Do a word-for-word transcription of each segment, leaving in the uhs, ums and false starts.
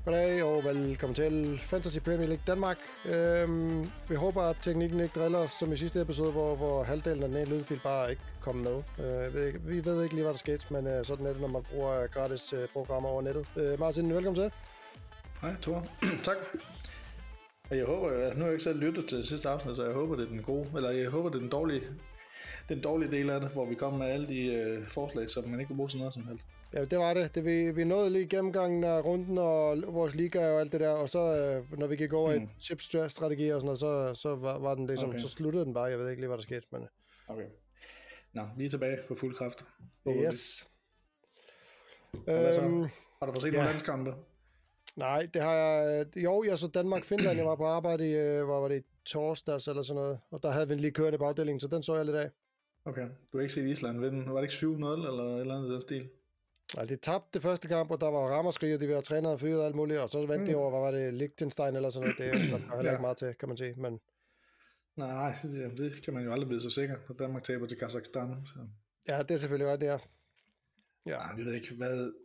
Goddag og velkommen til Fantasy Premier League Danmark. Øhm, vi håber, at teknikken ikke driller os som i sidste episode, hvor, hvor halvdelen af den ene lydfil bare ikke kom med. Øh, ved ikke, vi ved ikke lige, hvad der skete, men øh, sådan er det, når man bruger gratis øh, programmer over nettet. Øh, Martin, velkommen til. Hej, Thor. Tak. Jeg håber, at nu har jeg ikke selv lyttet til sidste afsnit, så jeg håber, det er den gode, eller jeg håber, det er den dårlige, den dårlige del af det, hvor vi kommer med alle de øh, forslag, som man ikke kan bruge sådan noget som helst. Ja, det var det. det vi, vi nåede lige gennemgangen af runden og vores liga og alt det der, og så øh, når vi gik over mm. i chip-strategi og sådan noget, så, så var, var den ligesom, okay. Så sluttede den bare. Jeg ved ikke lige, hvad der skete, men... Okay. Nå, lige tilbage for fuld kraft. Yes. Øhm, har du fået set ja. nogle landskampe? Nej, det har jeg... Jo, jeg så Danmark-Finland. Jeg var på arbejde i, hvor var det, torsdags eller sådan noget, og der havde vi en lige kørende på afdelingen, så den så jeg lidt af. Okay, du har ikke set Island vinde. Var det ikke syv nul eller et eller andet den stil? Nej, de tabte det første kamp, og der var ramaskrig, og de var trænet og fyret og alt muligt, og så vandt mm. de over, hvad var det, Liechtenstein eller sådan noget. Det er der heller ikke meget til, kan man sige, men... Nej, det, det kan man jo aldrig blive så sikker på. Danmark taber til Kazakhstan. Så. Ja, det er selvfølgelig ret, det er. Ja, ja vi ved ikke, hvad...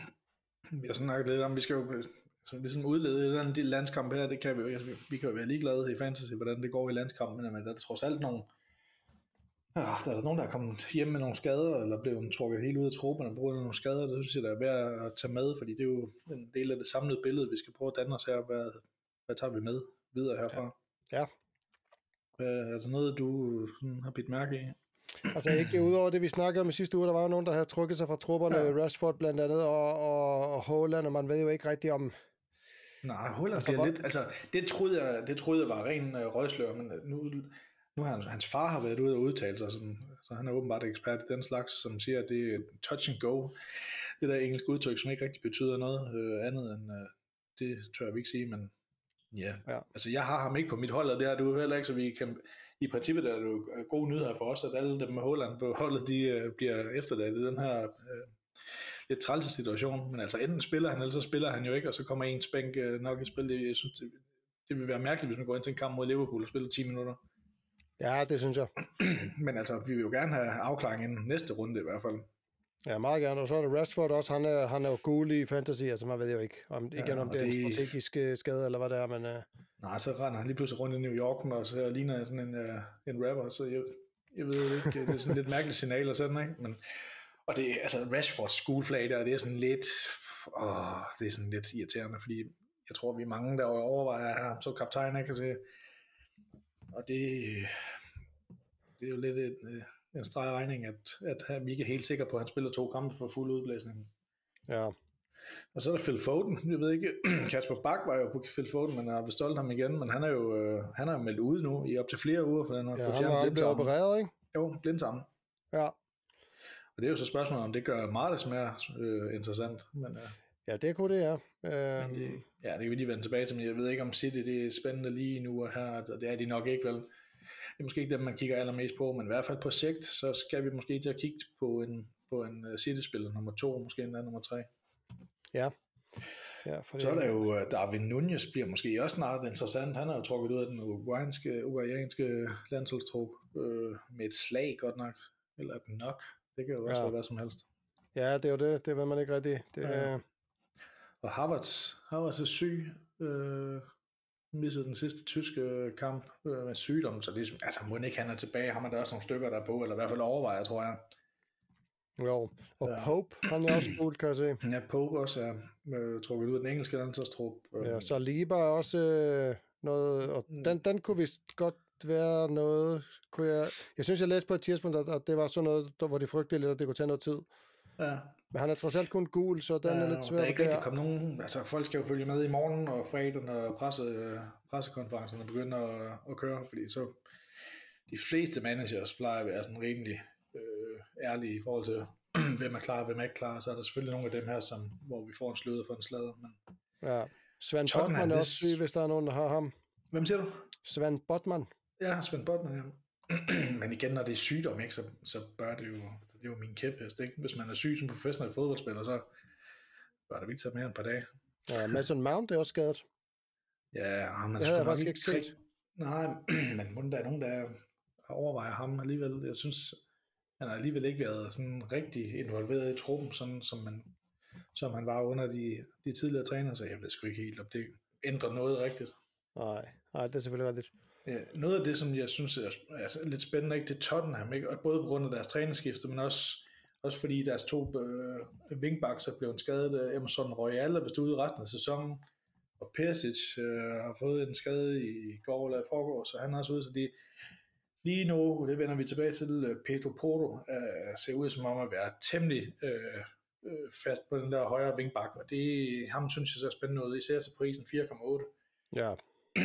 vi har snakket lidt om, vi skal jo... Så ligesom udlede den de landskamp her, det kan vi jo, altså, vi kan jo være ligeglade i fantasy, hvordan det går i landskampen, men der er trods alt nogle, ja, der er der nogen, der er kommet hjem med nogle skader, eller blevet trukket helt ud af truppen og brugt nogle skader, det synes jeg, der er værd at tage med, fordi det er jo en del af det samlede billede, vi skal prøve at danne os her, hvad, hvad tager vi med videre herfra? Ja. ja. Hvad, er der noget, du sådan, har bidt mærke i? Altså ikke udover det, vi snakkede om i sidste uge, der var jo nogen, der havde trukket sig fra trupperne, ja. Rashford blandt andet, og, og, og Haaland, og man ved jo ikke rigtig om... Nej, Haaland altså, bliver lidt, altså det troede jeg, det troede jeg var ren uh, røgslør, men nu, nu har hans, hans far har været ude og udtale sig, sådan, så han er åbenbart ekspert i den slags, som siger, at det er touch and go, det der engelske udtryk, som ikke rigtig betyder noget uh, andet end, uh, det tør jeg ikke sige, men yeah. ja, altså jeg har ham ikke på mit hold, og det har du heller ikke, så vi kan, i princippet er det jo gode nyheder for os, at alle dem med Haaland på holdet, de uh, bliver efterladt i den her... Uh, lidt trælse situation, men altså enten spiller han, eller så spiller han jo ikke, og så kommer en spænk øh, nok i spil. Det, jeg synes, det, det vil være mærkeligt, hvis man går ind til en kamp mod Liverpool og spiller ti minutter. Ja, det synes jeg. Men altså, vi vil jo gerne have afklaring inden næste runde i hvert fald. Ja, meget gerne. Og så er det Rashford også. Han er, han er jo gul i fantasy, altså man ved jo ikke, om, igen ja, om det er det... en strategisk skade, eller hvad det er, men... Uh... Nej, så render han lige pludselig rundt i New York, og så ligner sådan en, uh, en rapper, så jeg, jeg ved jo ikke, det er sådan lidt mærkeligt signal og sådan, ikke? Men... Og det altså Rashfords schoolflag der, det er sådan lidt, åh, det er sådan lidt irriterende, fordi jeg tror, vi er mange, der overvejer her, så kaptajn, ikke kan se. Og det, det er jo lidt en, en streg regning, at, at vi ikke er helt sikre på, at han spiller to kampe for fuld udblæsning. Ja. Og så er der Phil Foden, jeg ved ikke, Kasper Bak var jo på Phil Foden, men har bestolt ham igen, men han er jo, han er jo meldt ude nu i op til flere uger, for den har ja, han har blevet opereret, ikke? Jo, blindtarmen. Ja. Og det er jo så spørgsmålet, om det gør meget mere øh, interessant. Men, øh, ja, det kunne det, ja. Øh... det, ja, det kan vi lige vende tilbage til, men jeg ved ikke, om City det er spændende lige nu og her, og det er de nok ikke, vel. Det er måske ikke dem, man kigger allermest på, men i hvert fald på sigt, så skal vi måske til at kigge på en, på en uh, City-spiller nummer to, måske endda nummer tre. Ja. ja for så er der jo, uh, Darwin Nunez bliver måske også snart interessant. Han er jo trukket ud af den uruguayanske, uruguayanske landsholdstrup øh, med et slag, godt nok, eller et nok. Det kan jo også ja. være hvad som helst. Ja, det er jo det. Det ved man ikke rigtigt. Det, ja. Og Havertz, Havertz er syg. Øh, missede den sidste tyske kamp øh, med sygdom, så det, altså må ikke han er tilbage. Har man der også nogle stykker der er på, eller i hvert fald overvejer, tror jeg. Jo, og ja. Pope, han er også cool, kan jeg se. Ja, Pope også er øh, trukket ud af den engelske landsholdstrup. Øh. Ja, så Liba er også øh, noget, og den, den kunne vist godt være noget, kunne jeg, jeg synes, jeg læste på et tidspunkt, at det var sådan noget, hvor de frygtede lidt, at det kunne tage noget tid. Ja. Men han er trods alt kun gul, så den ja, er lidt svær. Der er ikke rigtig kommet nogen, altså folk skal jo følge med i morgen og fredag, når presse, pressekonferencerne begynder at, at køre, fordi så de fleste managers plejer at være sådan rimelig øh, ærlige i forhold til, hvem er klar, hvem er ikke klar, så er der selvfølgelig nogle af dem her, som, hvor vi får en sløder for en sladder. Men ja, Svend Botman er også syg, hvis der er nogen, der har ham. Hvem siger du? Svend Botman. Ja, Svend Botman, ja. Men igen, når det er sygdom, ikke, så, så bør det jo, det er jo min kæphest, ikke? Hvis man er syg som professionel fodboldspiller, så bør det ikke tage mere end et par dage. Ja, Mason Mount er også skadet. Ja, men det havde jeg faktisk ikke set. Krig. Nej, men der er nogen, der overvejer ham alligevel. Jeg synes, han har alligevel ikke været sådan rigtig involveret i truppen, sådan som man som han var under de, de tidligere trænere, så jeg ved sgu ikke helt, om det ændrer noget rigtigt. Nej, nej, det er selvfølgelig rigtigt. Ja, noget af det, som jeg synes er, er lidt spændende, ikke, det er Tottenham, ikke? Og både på grund af deres trænerskifte, men også, også fordi deres to øh, wingbacks er blevet skadet. Emerson Royal er vist ude resten af sæsonen, og Perisic øh, har fået en skade i går eller i forgår, så han er også ude, så de lige nu, det vender vi tilbage til, Pedro Porro øh, ser ud som om at være temmelig øh, øh, fast på den der højre wingback, og det ham synes jeg så spændende ud, især til prisen fire komma otte. Ja.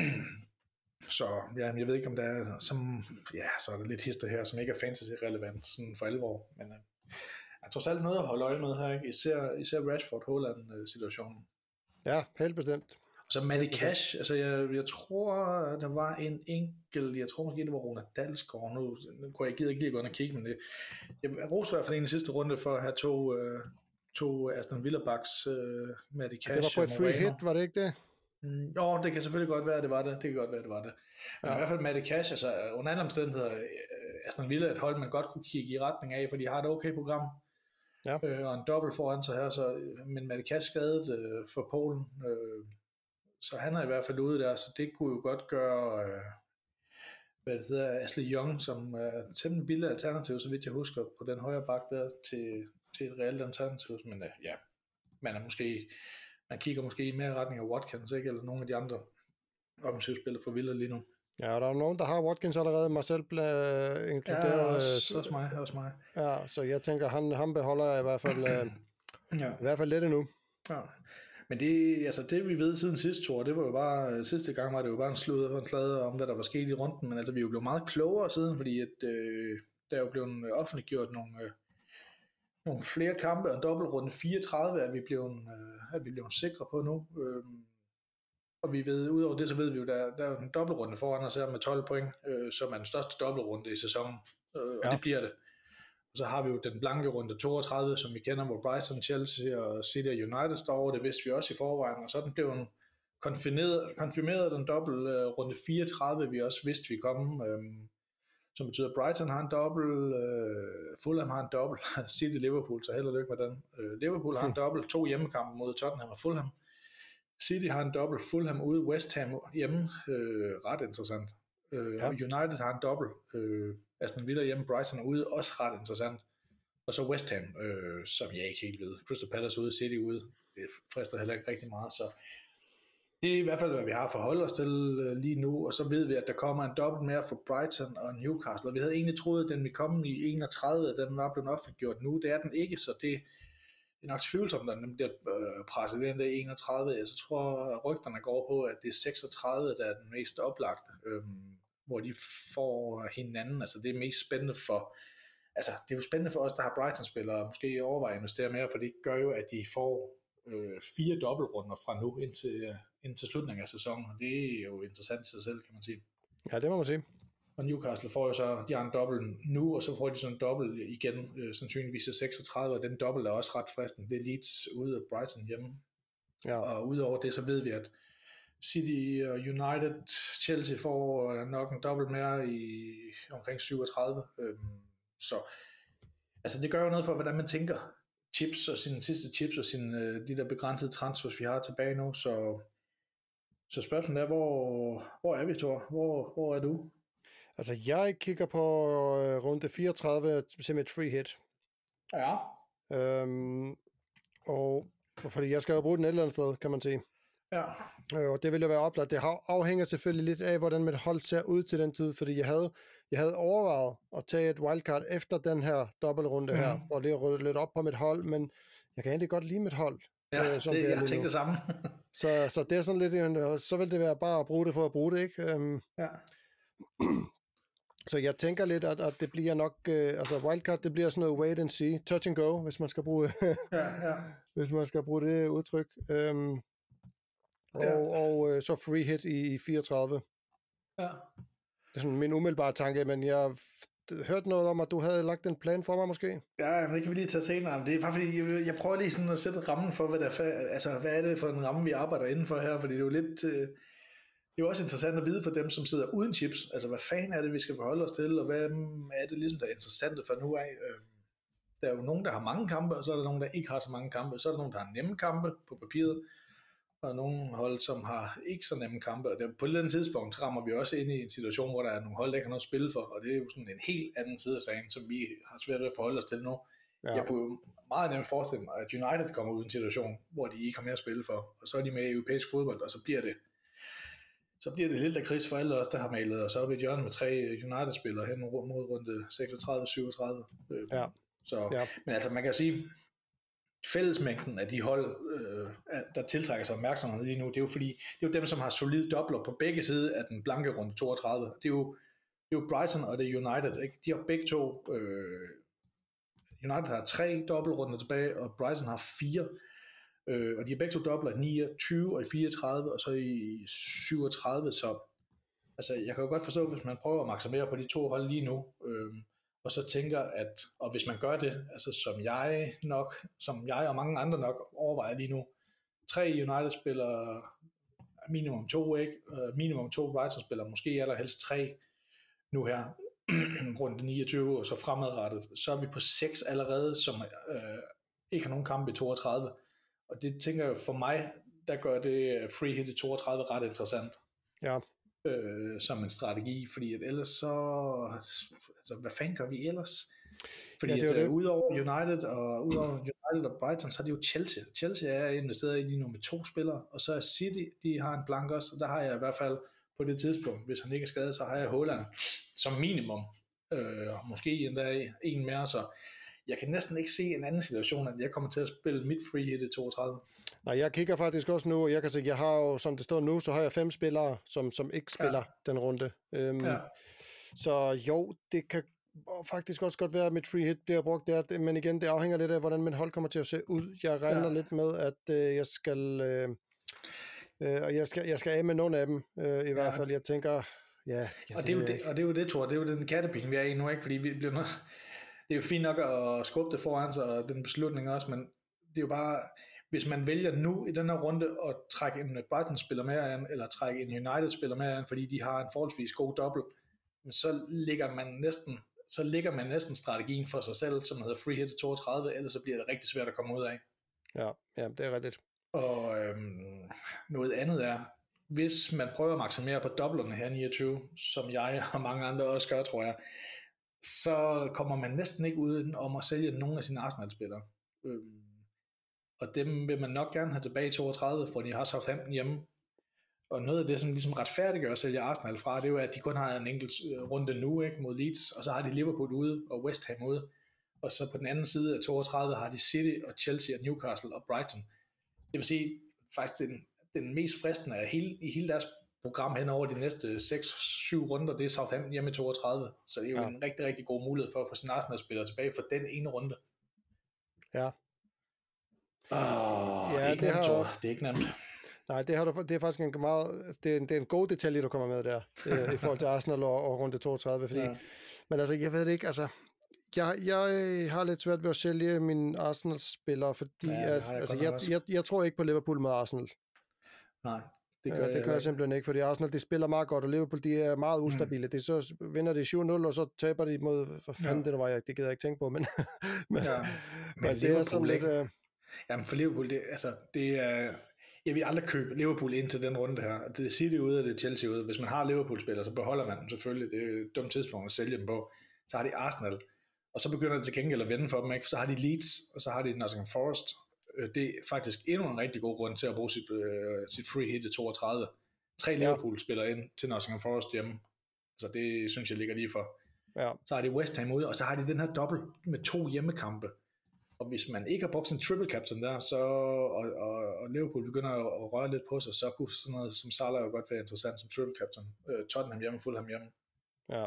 Så ja, jeg ved ikke, om der er, som, ja, så er der lidt hister her, som ikke er fantasy-relevant sådan for alvor, men øh, jeg tror selv noget at holde øje med her, ikke? Især, især Rashford-Haaland-situationen. Ja, helt bestemt. Og så Matty Cash, altså jeg, jeg tror, der var en enkelt, jeg tror måske det var Rona Dalsgaard, nu, nu kunne jeg gider ikke lige gå ind og kigge, men det, jeg roste i hvert fald en i sidste runde for at have to, øh, to Aston Villa backs, øh, Matty Cash. Det var på et free hit, var det ikke det? Mm, jo, det kan selvfølgelig godt være, det var det. Det kan godt være, det var det. Men ja. I hvert fald Matty Cash, altså under andre omstændigheder, Aston Villa er et hold, man godt kunne kigge i retning af, fordi de har et okay program. Ja. Øh, og en dobbelt foran sig her, så, men Matty Cash skadet øh, for Polen, øh, så han er i hvert fald ude der, så det kunne jo godt gøre, øh, hvad det hedder, Ashley Young, som er temmelig billig alternativ, så vidt jeg husker, på den højre bak der, til, til et reelt alternativ, men øh, ja, man er måske... Man kigger måske mere i retning af Watkins, ikke? Eller nogle af de andre offensivspillere for Villa lige nu. Ja, der er nogen, der har Watkins allerede, mig selv blev inkluderet. Ja, også, også mig, også mig. Ja, så jeg tænker, han, han beholder jeg i hvert fald, ja. i hvert fald lidt endnu. Ja, men det, altså det vi ved siden sidste tur, det var jo bare, sidste gang var det jo bare en sludder og en klade om, hvad der var sket i runden, men altså vi er jo blevet meget klogere siden, fordi at, øh, der er jo blevet offentliggjort nogle... Øh, nogle flere kampe, og en dobbeltrunde fireogtredive er vi blevet, øh, er vi blevet sikre på nu. Øhm, og vi ved, udover det, så ved vi jo, der, der er en dobbeltrunde foran os her med tolv point, øh, som er den største dobbeltrunde i sæsonen, øh, ja. Og det bliver det. Og så har vi jo den blanke runde toogtredive, som vi kender, hvor Brighton, Chelsea og City og United står over, det vidste vi også i forvejen, og så er den blevet konfirmeret, konfirmeret den dobbelt øh, runde fireogtredive, vi også vidste, vi kom. Øh, som betyder, at Brighton har en dobbelt, øh, Fulham har en dobbelt, City Liverpool, så held og lykke med den. Øh, Liverpool har en dobbelt, to hjemmekampe mod Tottenham og Fulham. City har en dobbelt, Fulham ude, West Ham hjemme, øh, ret interessant. Øh, ja. Og United har en dobbelt, øh, Aston Villa hjemme, Brighton ude, også ret interessant. Og så West Ham, øh, som jeg ikke helt ved. Crystal Palace ude, City ude, det frister heller ikke rigtig meget, så det er i hvert fald, hvad vi har forholdt os til lige nu, og så ved vi, at der kommer en dobbelt mere for Brighton og Newcastle, og vi havde egentlig troet, at den ville komme i enogtredive, at den var blevet offentliggjort nu, det er den ikke, så det er nok tvivlsomt, at den bliver presset ind i enogtredive, jeg så tror, at rygterne går på, at det er seksogtredive, der er den mest oplagte, øhm, hvor de får hinanden, altså det er mest spændende for, altså det er jo spændende for os, der har Brighton-spillere, måske overveje at investere mere, for det gør jo, at de får øh, fire dobbeltrunder fra nu indtil indtil slutningen af sæsonen, og det er jo interessant i sig selv, kan man sige. Ja, det må man sige. Og Newcastle får jo så, de har en dobbelt nu, og så får de sådan en dobbelt igen, øh, sandsynligvis er seksogtredive, og den dobbelt er også ret fristen. Det er Leeds ude af Brighton hjemme. Ja. Og udover det, så ved vi, at City og United, Chelsea får nok en dobbelt mere i omkring syvogtredive. Øhm, så altså det gør jo noget for, hvordan man tænker chips og sine sidste chips og sine, de der begrænsede transfers, vi har tilbage nu, så Så spørgsmålet er, hvor, hvor er vi, Thor? Hvor, hvor er du? Altså, jeg kigger på uh, runde fireogtredive som et free hit. Ja. Øhm, og fordi jeg skal jo bruge den et eller andet sted, kan man sige. Ja. Øh, og det vil jo være oplagt. Det afhænger selvfølgelig lidt af, hvordan mit hold ser ud til den tid, fordi jeg havde, jeg havde overvejet at tage et wildcard efter den her dobbeltrunde mm. her, for lige at rydde lidt op på mit hold, men jeg kan egentlig godt lide mit hold. Ja, øh, det, jeg tænkte det samme. så, så det er sådan lidt, så vil det være bare at bruge det for at bruge det, ikke? Um, ja. Så jeg tænker lidt, at, at det bliver nok, øh, altså wildcard, det bliver sådan noget wait and see, touch and go, hvis man skal bruge, ja, ja. hvis man skal bruge det udtryk. Um, og ja. og øh, så free hit i, i fireogtredive. Ja. Det er sådan min umiddelbare tanke, men jeg hørte noget om, at du havde lagt en plan for mig måske. Ja, men det kan vi lige tage senere. Det er bare fordi, jeg, jeg prøver lige sådan at sætte rammen for, hvad, der, altså, hvad er det for en ramme, vi arbejder indenfor her, fordi det er jo lidt, øh, det er jo også interessant at vide for dem, som sidder uden chips, altså hvad fanden er det, vi skal forholde os til, og hvad er det ligesom, der er interessant for nu af. Øh, der er jo nogen, der har mange kampe, og så er der nogen, der ikke har så mange kampe. Så er der nogen, der har nemme kampe på papiret, og nogle hold, som har ikke så nemme kampe. Og der, på et eller andet tidspunkt rammer vi også ind i en situation, hvor der er nogle hold, der ikke har noget at spille for, og det er jo sådan en helt anden side af sagen, som vi har svært ved at forholde os til nu. Ja. Jeg kunne jo meget nemt forestille mig, at United kommer ud i en situation, hvor de ikke har mere at spille for, og så er de med i europæisk fodbold, og så bliver det så bliver det lidt af kris for alle os, der har malet os op i et hjørne med tre United-spillere hen mod runde seksogtredive syvogtredive. Ja. Så, ja. Men altså, man kan sige, fællesmængden af de hold, øh, der tiltrækker sig opmærksomhed lige nu, det er jo fordi, det er jo dem, som har solide doubler på begge sider af den blanke runde toogtredive. Det er jo, det er jo Brighton og det er United, ikke? De har begge to, øh, United har tre dobbeltrunder tilbage, og Brighton har fire. Øh, og de har begge to doubler i niogtyve og i fireogtredive, og så i syvogtredive, så altså, jeg kan jo godt forstå, hvis man prøver at maksimere på de to hold lige nu, øh, og så tænker, at, og hvis man gør det, altså som jeg nok, som jeg og mange andre nok overvejer lige nu, tre United-spillere, minimum to, ikke? Uh, minimum to Brighton-spillere, måske allerhelst tre nu her, rundt niogtyve, og så fremadrettet, så er vi på seks allerede, som øh, ikke har nogen kamp i toogtredive. Og det tænker jeg for mig, der gør det free hit i toogtredive ret interessant. Ja. Øh, som en strategi, fordi at ellers så, altså, hvad fanden gør vi ellers? Fordi ja, at, uh, udover United og udover United og Brighton, så er det jo Chelsea. Chelsea er investeret i lige nu med to spillere, og så er City, de har en blank også, og der har jeg i hvert fald på det tidspunkt, hvis han ikke er skadet, så har jeg Haaland som minimum, øh, måske endda en mere, så jeg kan næsten ikke se en anden situation, at jeg kommer til at spille mit free hit i toogtredive. Nej, jeg kigger faktisk også nu, og jeg kan se, jeg har jo, som det står nu, så har jeg fem spillere, som, som ikke spiller ja. den runde. Øhm, ja. Så jo, det kan faktisk også godt være, at mit free hit bliver brugt der, men igen, det afhænger lidt af, hvordan min hold kommer til at se ud. Jeg regner ja. lidt med, at øh, jeg skal... Øh, øh, og jeg skal, jeg skal af med nogle af dem, øh, i ja. hvert fald. Jeg tænker... Ja, ja, og, det er jo det, og det er jo det, Thor, det er jo den kattepine, vi er i nu, ikke? Fordi vi bliver noget... Det er jo fint nok at skubbe det foran sig, og den beslutning også, men det er jo bare, hvis man vælger nu i den her runde at trække en Brighton-spiller med an, eller trække en United-spiller med an, fordi de har en forholdsvis god dobbelt, så ligger man næsten, så ligger man næsten strategien for sig selv, som hedder free hit toogtredive, ellers så bliver det rigtig svært at komme ud af. Ja, ja, det er rigtigt. Og øhm, noget andet er, hvis man prøver at maksimere på dobblerne her niogtyve, som jeg og mange andre også gør, tror jeg, så kommer man næsten ikke uden om at sælge nogle af sine Arsenal-spillere. Øhm, og dem vil man nok gerne have tilbage i toogtredive, for de har Southampton hjemme. Og noget af det, som ligesom retfærdiggør at sælge Arsenal fra, det er jo, at de kun har en enkelt runde nu, ikke, mod Leeds, og så har de Liverpool ude og West Ham ude. Og så på den anden side af toogtredive har de City og Chelsea og Newcastle og Brighton. Det vil sige, faktisk den, den mest fristende af hele, i hele deres program hen over de næste seks syv runder, det er Southampton hjemme i toogtredive. Så det er jo ja. en rigtig, rigtig god mulighed for at få sin Arsenal-spillere tilbage for den ene runde. Ja. Oh, ja, det er ikke det nemt, har... det er ikke nemt. Nej, det, har du, det er faktisk en meget, det er en, det er en god detalje, du kommer med der, øh, i forhold til Arsenal og, og runde toogtredive, fordi, ja. men altså, jeg ved det ikke, altså, jeg, jeg har lidt svært ved at sælge mine Arsenal-spillere, fordi, ja, at, jeg, altså, jeg, jeg, jeg tror ikke på Liverpool med Arsenal. Nej. Det gør, ja, det gør jeg simpelthen ikke, fordi Arsenal, de spiller meget godt, og Liverpool, de er meget ustabile. Mm. Det så vinder de syv nul, og så taber de mod, hvad fanden ja. det var, jeg, det gider jeg ikke tænke på, men, men, ja. men, men det er sådan lidt... Uh... Jamen for Liverpool, det, altså, det er... Jeg vil aldrig købe Liverpool ind til den runde her. Det er City ude, og det er Chelsea ude. Hvis man har Liverpool-spillere, så beholder man dem selvfølgelig. Det er et dumt tidspunkt at sælge dem på. Så har de Arsenal, og så begynder det til gengæld at vende for dem, ikke? Så har de Leeds, og så har de Nottingham Forest. Det er faktisk endnu en rigtig god grund til at bruge sit, øh, sit free hit i toogtredive. Tre Liverpool spiller ind til Nottingham Forest hjemme. Så det synes jeg ligger lige for. Ja. Så har de West Ham ude, og så har de den her dobbelt med to hjemmekampe. Og hvis man ikke har brugt sin triple captain der, så, og, og, og Liverpool begynder at, at røre lidt på sig, så kunne sådan noget som Salah jo godt være interessant som triple captain. Øh, Tottenham hjemme, Fulham hjemme. Ja.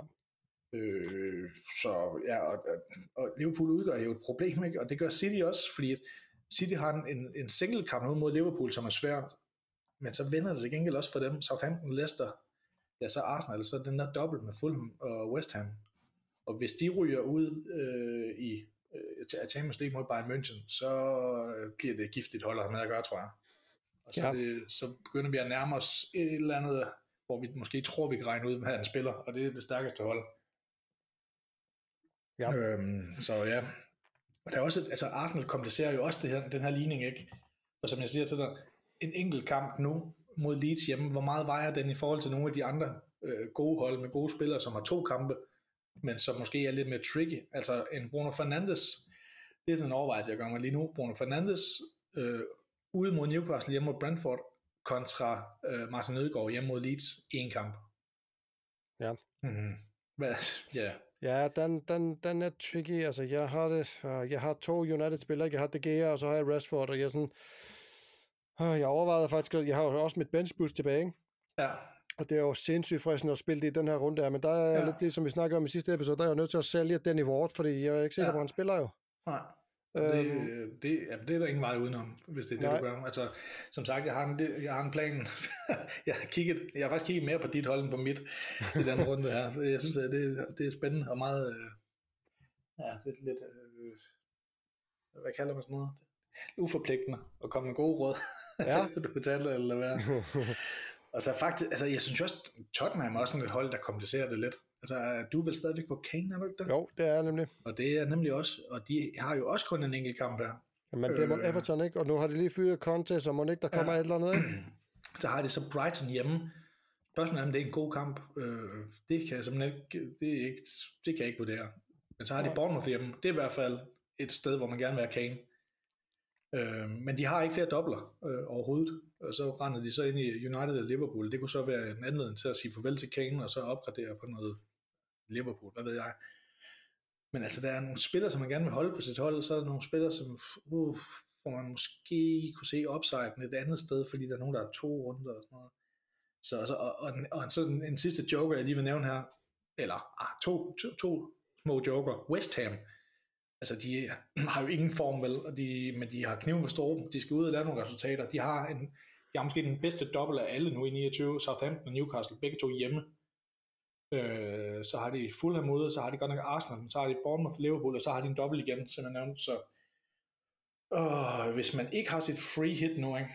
Øh, så ja, og, og Liverpool udgør jo et problem, ikke? Og det gør City også, fordi City har en, en single kamp ud mod Liverpool, som er svær, men så vender det til gengæld også for dem. Southampton, Leicester, ja, så Arsenal, så den der dobbelt med Fulham og West Ham. Og hvis de ryger ud øh, i øh, Champions League mod Bayern München, så øh, bliver det giftigt hold at have med at gøre, tror jeg. Og så, ja. det, så begynder vi at nærme os et eller andet, hvor vi måske tror, vi kan regne ud, hvad han spiller, og det er det stærkeste hold. Ja. Øhm, så ja. Og der er også, altså Arsenal komplicerer jo også det her, den her ligning, ikke? Og som jeg siger til dig, en enkelt kamp nu mod Leeds hjemme, hvor meget vejer den i forhold til nogle af de andre øh, gode hold med gode spillere, som har to kampe, men som måske er lidt mere tricky. Altså en Bruno Fernandes, det er sådan en overvejelse, jeg gør mig lige nu. Bruno Fernandes øh, ude mod Newcastle hjemme mod Brentford, kontra øh, Martin Ødegaard hjemme mod Leeds i en kamp. Ja. Mm-hmm. Hvad? Ja. Ja, den, den, den er tricky. Altså, jeg har det. Jeg har to United-spillere. Jeg har De Gea, og så har jeg Rashford, og jeg er sådan... Jeg overvejede faktisk, jeg har jo også mit benchboost tilbage, ikke? Ja. Og det er jo sindssygt fristende at spille det i den her runde her, men der er ja. lidt det, som vi snakker om i sidste episode, der er jo nødt til at sælge Danny Ward, fordi jeg er ikke sikker ja. på, at han spiller jo. Nej. Det, det, ja, det er der ingen vej udenom, hvis det er det, Nej. du gør. Altså, som sagt, jeg har en, jeg har en plan. jeg, har kigget, jeg har faktisk kigget mere på dit hold end på mit i den runde her. Jeg synes, at det, det er spændende og meget... Øh, ja, det er lidt... Øh, hvad kalder man sådan noget? Uforpligtende at komme med gode råd. Ja. Så du betaler eller hvad. Og så faktisk, altså jeg synes også, Tottenham er også sådan et hold, der komplicerer det lidt. Altså, du er vel stadigvæk på Kane, er du ikke der? Jo, det er nemlig. Og det er nemlig også, og de har jo også kun en enkelt kamp her. Men det er mod Everton, ikke? Og nu har de lige fyret Conte, så må ikke der kommer ja. et eller andet, ikke? Så har de så Brighton hjemme. Spørgsmålet er, om det er en god kamp. Det kan jeg simpelthen ikke, det, er ikke, det kan jeg ikke vurdere. Men så har de Bournemouth hjemme. Det er i hvert fald et sted, hvor man gerne vil have Kane. Øh, men de har ikke flere dobler øh, overhovedet, og så render de så ind i United og Liverpool. Det kunne så være en anledning til at sige farvel til Kane, og så opgradere på noget Liverpool, hvad ved jeg. Men altså, der er nogle spillere, som man gerne vil holde på sit hold, så er der nogle spillere, som uh, hvor man måske kunne se upsiden et andet sted, fordi der er nogen, der er to runder og sådan noget. Så, så, og, og, og så en, en sidste joker, jeg lige vil nævne her, eller ah, to, to, to små joker, West Ham. Altså, de har jo ingen form, vel, og de, men de har kniven for store. De skal ud og lave nogle resultater. De har, en, de har måske den bedste dobbelt af alle nu i niogtyve. Southampton og Newcastle, begge to hjemme. Øh, så har de Fulham ude, så har de godt nok Arsenal, men så har de Bournemouth og Liverpool, og så har de en dobbelt igen, som jeg nævnte. Så øh, hvis man ikke har sit free hit nu, ikke?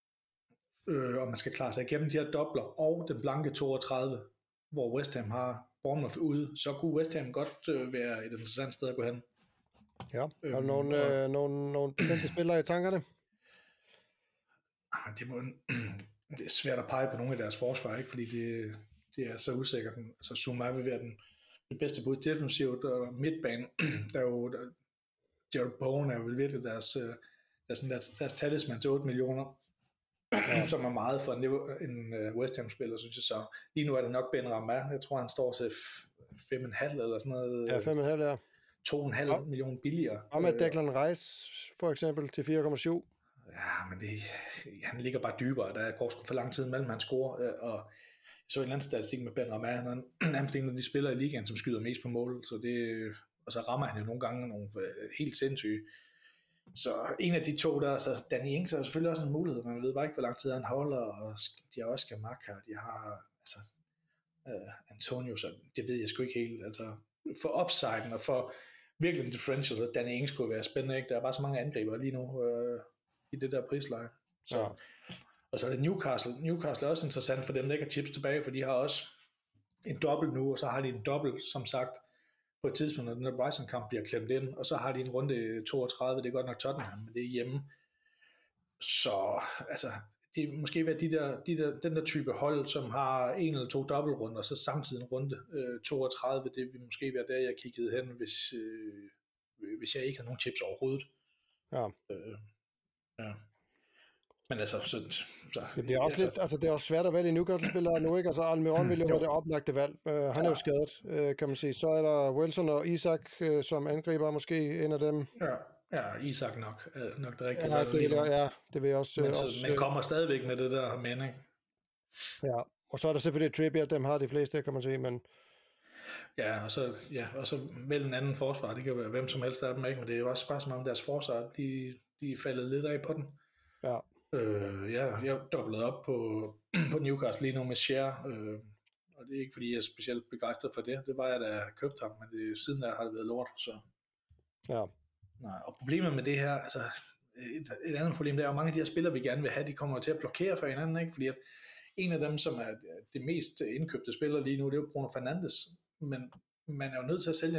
Øh, og man skal klare sig igennem de her dobler, og den blanke toogtredive, hvor West Ham har Bournemouth ude, så kunne West Ham godt øh, være et interessant sted at gå hen. Ja, har du nogle, øh, nogle, nogle bestemte spillere i tankerne? Det, må, det er svært at pege på nogle af deres forsvar, ikke? Fordi det, det er så usikkert. Altså Zuma vil være den, den bedste bud defensivt, og midtbanen, der er jo, der, Jared Bowen er jo virkelig deres, deres, deres, deres talisman til otte millioner, ja. Som er meget for en, en West Ham-spiller, synes jeg så. Lige nu er det nok Ben Rama, jeg tror han står til fem komma fem eller sådan noget. Ja, fem komma fem, ja. to komma fem ja. millioner billigere. Og med Declan Rice for eksempel til fire komma syv. Ja, men det, ja, han ligger bare dybere. Der går sgu for lang tid mellem han scorer. Og jeg så en eller anden statistik med Ben Rama. Han er nærmest en af de spillere i ligaen, som skyder mest på mål. Så det, og så rammer han jo nogle gange nogle helt sindssyge. Så en af de to der, så Danny Ings er selvfølgelig også en mulighed. Man ved bare ikke, hvor lang tid han holder. Og de har også Gamaka, de har altså, uh, Antonio, så det ved jeg sgu ikke helt. Altså, for upsiden og for virkelig en differential, så Danny Ings kunne være spændende, ikke? Der er bare så mange angriber lige nu øh, i det der prisleje. Så, ja. Og så er det Newcastle. Newcastle er også interessant for dem, der ikke har chips tilbage, for de har også en dobbelt nu, og så har de en dobbelt, som sagt, på et tidspunkt, når den der Brighton-kamp bliver klemt ind, og så har de en runde toogtredive, det er godt nok Tottenham, men det er hjemme. Så, altså, det er måske være de der, de der, den der type hold, som har en eller to dobbeltrunder, og så samtidig en runde øh, toogtredive, det vil måske være der, jeg kiggede hen, hvis, øh, hvis jeg ikke har nogen tips overhovedet. Ja. Øh, ja. Men altså, så... så det, er også altså, lidt, altså, det er også svært at vælge Newcastle-spillere nu, ikke? Altså, Almiron ville jo være det oplagte valg. Uh, han ja. er jo skadet, uh, kan man sige. Så er der Wilson og Isak, uh, som angriber måske en af dem. Ja. Ja, Isak nok, nok det rigtige. Ja, det, der, ja, det vil jeg også... Men også, så, man kommer stadigvæk med det der mening. Ja, og så er der selvfølgelig Trippier, dem har de fleste, kan man sige, men... Ja, og så, ja, og så mellem en anden forsvar, det kan være hvem som helst af dem, ikke? Men det er jo også bare som om deres forsvar, de, de er faldet lidt af på den. Ja. Øh, ja, jeg er dobblet op på, på Newcastle lige nu med Share, øh, og det er ikke fordi, jeg er specielt begejstret for det. Det var jeg, da jeg købte ham, men det, siden der har det været lort, så... Ja. Nej, og problemet med det her, altså et, et andet problem, det er jo mange af de her spillere, vi gerne vil have, de kommer til at blokere for hinanden, ikke? Fordi at en af dem, som er det mest indkøbte spiller lige nu, det er jo Bruno Fernandes, men man er jo nødt til at sælge en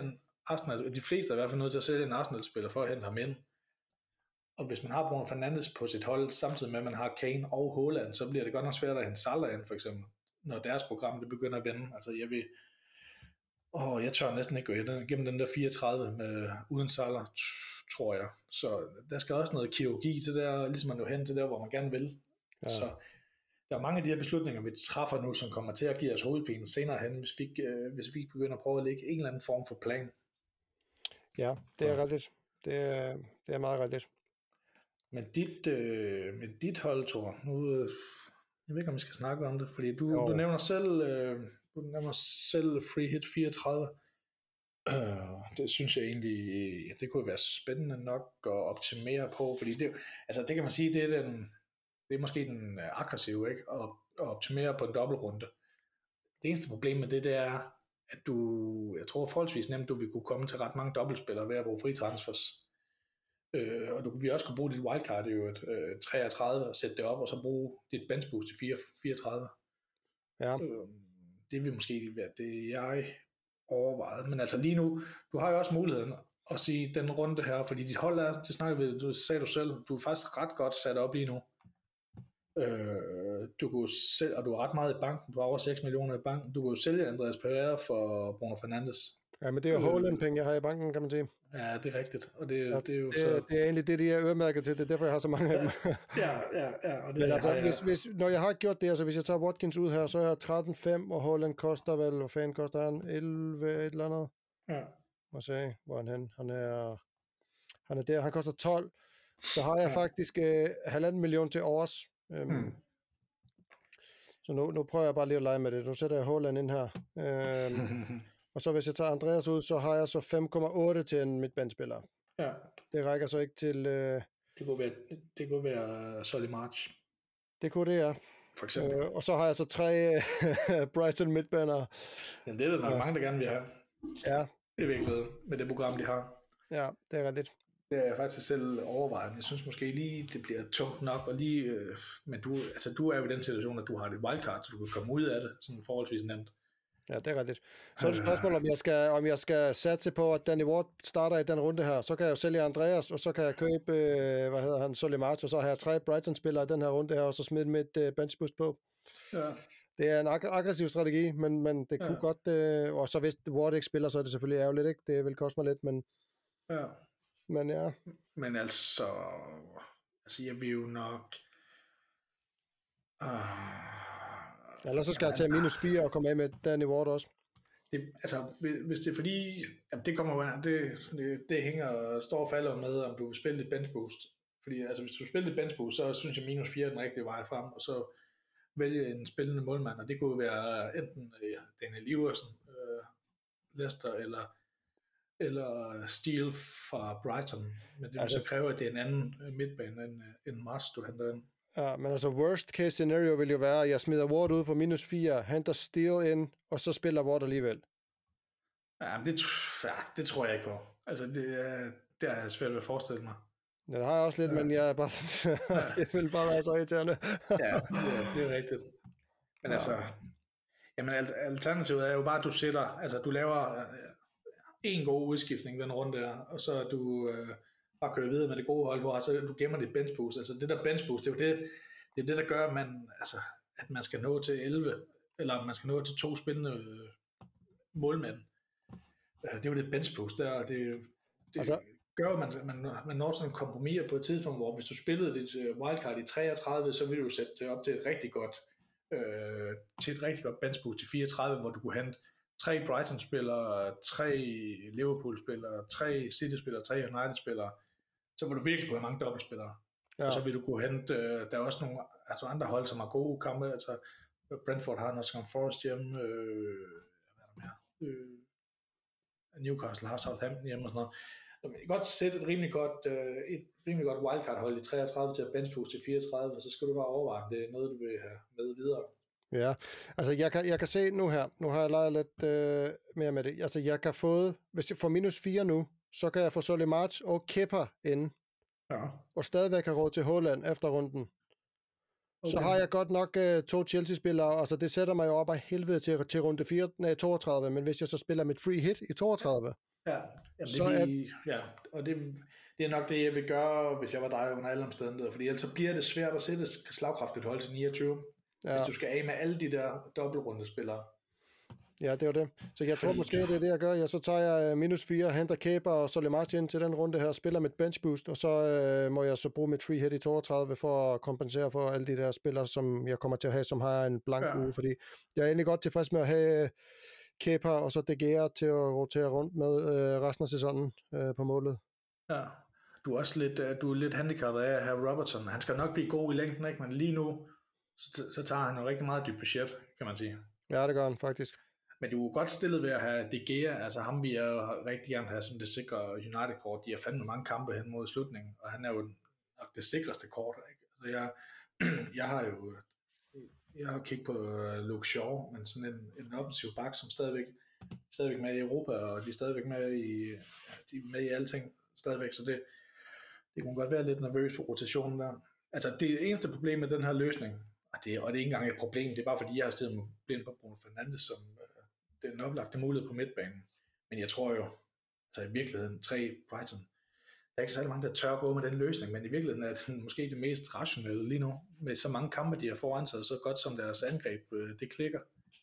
Arsenal, de fleste er i hvert fald nødt til at sælge en Arsenal-spiller for at hente ham ind. Og hvis man har Bruno Fernandes på sit hold, samtidig med at man har Kane og Haaland, så bliver det godt nok svært at hente Salah ind, for eksempel, når deres program det begynder at vende. Altså jeg vil, åh, jeg tør næsten ikke gå igennem den der fireogtredive med, uden Salah, tror jeg. Så der skal også noget kirurgi til der, ligesom man jo hen til der, hvor man gerne vil. Ja. Så der er mange af de her beslutninger, vi træffer nu, som kommer til at give os hovedpine senere hen, hvis vi, øh, hvis vi begynder at prøve at lægge en eller anden form for plan. Ja, det er rigtigt. Det er, det er meget rigtigt. Men dit, øh, med dit hold, Thor, nu, øh, jeg ved ikke, om vi skal snakke om det, fordi du, du nævner selv, øh, du nævner selv free hit fireogtredive. Øh, det synes jeg egentlig, det kunne være spændende nok at optimere på, fordi det, altså det kan man sige, det er den, det er måske den aggressive, ikke? At, at optimere på en dobbeltrunde. Det eneste problem med det, det er, at du, jeg tror forholdsvis nemt, du vil kunne komme til ret mange dobbeltspillere ved at bruge free transfers. Øh, og du vil også kunne bruge dit wildcard i øvrigt, øh, treogtredive, og sætte det op, og så bruge dit bench boost til fireogtredive. Ja. Øh, det vil måske være det, jeg overvejede. Men altså lige nu, du har jo også muligheden at sige den runde her, fordi dit hold er, det snakker vi, du sagde du selv, du er faktisk ret godt sat op lige nu. Øh, du kunne sælge, og du har ret meget i banken, du har over seks millioner i banken, du kunne sælge Andreas Pereira for Bruno Fernandes. Ja, men det er jo Haaland-penge, jeg har i banken, kan man sige. Ja, det er rigtigt. Og det, ja, det er jo det, så... det er egentlig det, de er øremærket til, det er derfor, jeg har så mange ja, af dem. ja, ja, ja. Og det, men altså, jeg, hvis, hvis, når jeg har gjort det, altså hvis jeg tager Watkins ud her, så er jeg tretten fem, og Haaland koster vel, hvad fanden koster han? elleve et eller andet? Ja. Må se, hvor er han hen? Han er, han er der, han koster tolv. Så har jeg ja. faktisk øh, halvanden million til overs. Øhm, hmm. Så nu, nu prøver jeg bare lige at lege med det. Nu sætter jeg Haaland ind her. Øhm, og så hvis jeg tager Andreas ud, så har jeg så fem komma otte til en midtbanespiller. Ja. Det rækker så ikke til... Øh... Det kunne være, det kunne være Solly March. Det kunne det, ja. For eksempel. Øh, og så har jeg så tre Brighton midtbaner. Jamen det er der nok ja. mange, der gerne vil have. Ja. Det er virkelig med det program, de har. Ja, det er rigtigt. Det er jeg faktisk selv overvejet. Jeg synes måske lige, det bliver tungt nok, og lige, øh, men du, altså, du er jo i den situation, at du har dit wildcard, så du kan komme ud af det, sådan forholdsvis nemt. Ja, det er rigtigt. Så er det spørgsmål, om jeg skal, om jeg skal satse på, at Danny Ward starter i den runde her, så kan jeg jo sælge Andreas, og så kan jeg købe, øh, hvad hedder han, Solly March, og så har jeg tre Brighton-spillere i den her runde her, og så smide mit øh, bench boost på. Ja. Det er en ag- aggressiv strategi, men, men det kunne ja. godt, øh, og så hvis Ward ikke spiller, så er det selvfølgelig ærgerligt, ikke? Det vil koste mig lidt, men... Ja. Men ja. Men altså, altså jeg vil jo nok... Uh, Ellers så skal jeg tage minus fire og komme af med Danny Ward også. Det, altså, hvis det er fordi, jamen det kommer jo det, det, det hænger, står og falder med, om du vil spille dit bench boost. Fordi altså, hvis du spiller dit bench boost, så synes jeg minus fire er den rigtige vej frem, og så vælge en spillende målmand, og det kunne være enten uh, Daniel Iversen, uh, Leicester, eller eller Steele fra Brighton, men det vil altså, så kræve, at det er en anden midtbane end, end Mars, du henter ind. Ja, men altså worst case scenario vil jo være, at jeg smider Ward ud for minus fire, henter Steele ind, og så spiller Ward alligevel. Ja, det, ja, det tror jeg ikke på. Altså, det er, det er svært ved at forestille mig. Ja, det har jeg også lidt, ja. Men jeg er bare ja. Det vil bare være så irriterende. Ja, det er, det er rigtigt. Men ja. altså, jamen alternativet er jo bare, at du sætter, altså du laver en god udskiftning den runde der, og så du øh, bare kører videre med det gode hold, hvor altså, du gemmer dit bench boost. Altså det der bench boost, det er jo det, det, er det der gør, at man, altså, at man skal nå til elleve, eller man skal nå til to spændende øh, målmænd. Øh, det er jo det bench boost der, og det, det altså, gør, at man, man, man når sådan en kompromis på et tidspunkt, hvor hvis du spillede dit øh, wildcard i treogtredive, så ville du sætte det op til et rigtig godt, øh, til et rigtig godt bench boost i fireogtredive, hvor du kunne hente tre Brighton-spillere, tre Liverpool-spillere, tre City-spillere, tre United-spillere, så vil du virkelig kunne have mange dobbeltspillere. Ja. Og så vil du kunne hente, øh, der er også nogle altså andre hold, som har gode kampe, altså Brentford har Nottingham Forest hjemme, øh, hvad er der mere? Øh, Newcastle har Southampton hjemme og sådan noget. Så man kan godt sætte et rimelig godt, øh, et rimelig godt wildcard-hold i treogtredive til at benchboost til fireogtredive, og så skal du bare overveje, om det er noget, du vil have med videre. Ja, altså jeg kan, jeg kan se nu her, nu har jeg leget lidt øh, mere med det, altså jeg kan få, hvis jeg får minus fire nu, så kan jeg få Solly March og Kepa ind, ja. Og stadigvæk have råd til Haaland efter runden. Okay. Så har jeg godt nok øh, to Chelsea-spillere, altså det sætter mig jo op af helvede til, til runde fire, nej, toogtredive, men hvis jeg så spiller mit free hit i toogtredive, Ja, jamen Så det, er, vi, ja, og det, det er nok det, jeg vil gøre, hvis jeg var dig under alle omstændigheder, fordi ellers så bliver det svært at sætte et slagkraftigt hold til niogtyve, hvis ja, du skal af med alle de der dobbeltrundespillere. ja, det var det. Så jeg tror Fordi måske, du, det er det, jeg gør. Ja, så tager jeg øh, minus fire, henter Kepa og Solly Martin til den runde her, spiller mit bench boost, og så øh, må jeg så bruge mit free hit i toogtredive for at kompensere for alle de der spillere, som jeg kommer til at have, som har en blank ja, uge, fordi jeg er egentlig godt tilfreds med at have Kepa og så De Gea til at rotere rundt med øh, resten af sæsonen øh, på målet. ja. Du er også lidt, øh, du er lidt handicappet af at have Robertson. Han skal nok blive god i længden, ikke? Men lige nu, så, så tager han jo rigtig meget dybt budget, kan man sige. Ja, det gør han faktisk. Men du er godt stillet ved at have De Gea, altså ham vi er rigtig gerne have som det sikre United-kort. De har fandme mange kampe hen mod slutningen, og han er jo nok det sikreste kort. Ikke? Altså jeg, jeg har jo jeg har kigget på Luke Shaw, men sådan en, en offensiv bak, som stadigvæk, stadigvæk med i Europa, og de er stadigvæk med i, ja, de er med i alting stadigvæk, så det, det kunne godt være lidt nervøs for rotationen der. Altså det eneste problem med den her løsning, og det, og det er ikke engang et problem, det er bare fordi, jeg har stedet blind på Bruno Fernandes som den oplagte mulighed på midtbanen. Men jeg tror jo, altså i virkeligheden, tre Brighton, der er ikke så mange, der tør at gå med den løsning, men i virkeligheden er det måske det mest rationelle lige nu, med så mange kampe, de har foran sig, så godt som deres angreb, det klikker.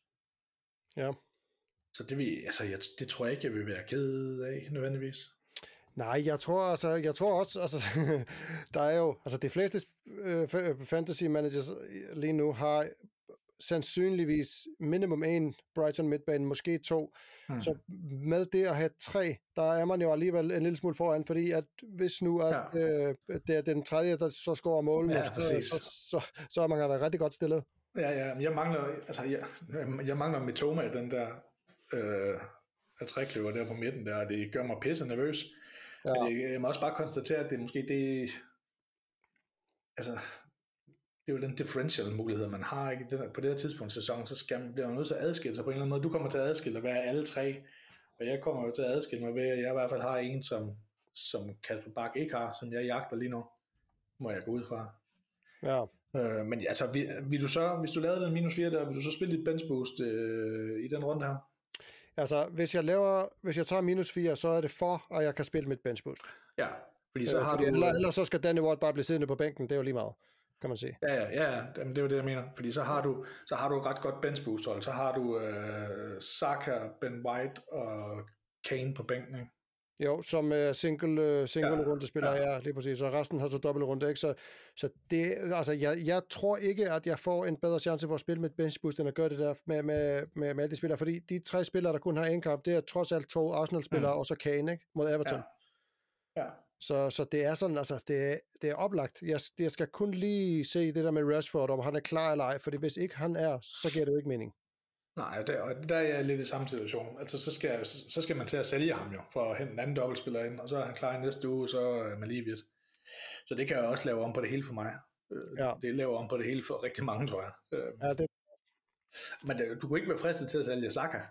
Ja. Så det, vil, altså, jeg, det tror jeg ikke, jeg vil være ked af, nødvendigvis. Nej, jeg tror altså, jeg tror også, altså, der er jo, altså de fleste øh, fantasy managers lige nu har sandsynligvis minimum en Brighton midtbane, måske to. Hmm. Så med det at have tre, der er man jo alligevel en lille smule foran, fordi at hvis nu at, ja. øh, det er den tredje, der så scorer målen, ja, så, så, så, så er man da rigtig godt stillet. Ja, ja, jeg mangler, altså, jeg, jeg mangler Mitoma i den der øh, trækløver der på midten der, og det gør mig pisse nervøs. Ja. Men jeg, jeg må også bare konstatere, at det er måske det, altså, det er jo den differential mulighed, man har ikke? På det her tidspunkt i sæsonen, så skal man, bliver man nødt til at adskille sig på en eller anden måde. Du kommer til at adskille og være alle tre, og jeg kommer jo til at adskille mig ved, at jeg i hvert fald har en, som, som Kasper Bak ikke har, som jeg jagter lige nu, må jeg gå ud fra. Ja. Øh, men altså, vil, vil du så, hvis du lavede den minus fire der, vil du så spille dit bench boost øh, i den runde her? Altså, hvis jeg laver, hvis jeg tager minus fire, så er det for, at jeg kan spille mit bench boost. Ja, fordi så øh, har fordi du... Eller, eller så skal Danny Ward bare blive siddende på bænken, det er jo lige meget, kan man sige. Ja, ja, ja, det er jo det, jeg mener. Fordi så har du, så har du et ret godt bench boost hold. Så har du øh, Saka, Ben White og Kane på bænken, ikke? Jo, som uh, single, uh, single ja, runde spiller jeg, ja. ja, lige præcis, og resten har så dobbelt runde, ikke? Så, så det, altså, jeg, jeg tror ikke, at jeg får en bedre chance for at spille med bench boost, end at gøre det der med, med, med, med alle de spillere, fordi de tre spillere, der kun har en kamp, det er trods alt to Arsenal-spillere, mm. og så Kane, ikke? Mod Everton. Ja. Ja. Så, så det er sådan, altså, det, det er oplagt. Jeg, jeg skal kun lige se det der med Rashford, om han er klar eller ej, fordi hvis ikke han er, så giver det jo ikke mening. Nej, der, og der er jeg lidt i samme situation. Altså, så skal, så skal man til at sælge ham jo, for at hente en anden dobbeltspiller ind, og så er han klar i næste uge, så er man lige vidt. Så det kan jeg også lave om på det hele for mig. Ja. Det laver om på det hele for rigtig mange, tror jeg. Ja, det... Men det, du kunne ikke være fristet til at sælge Saka.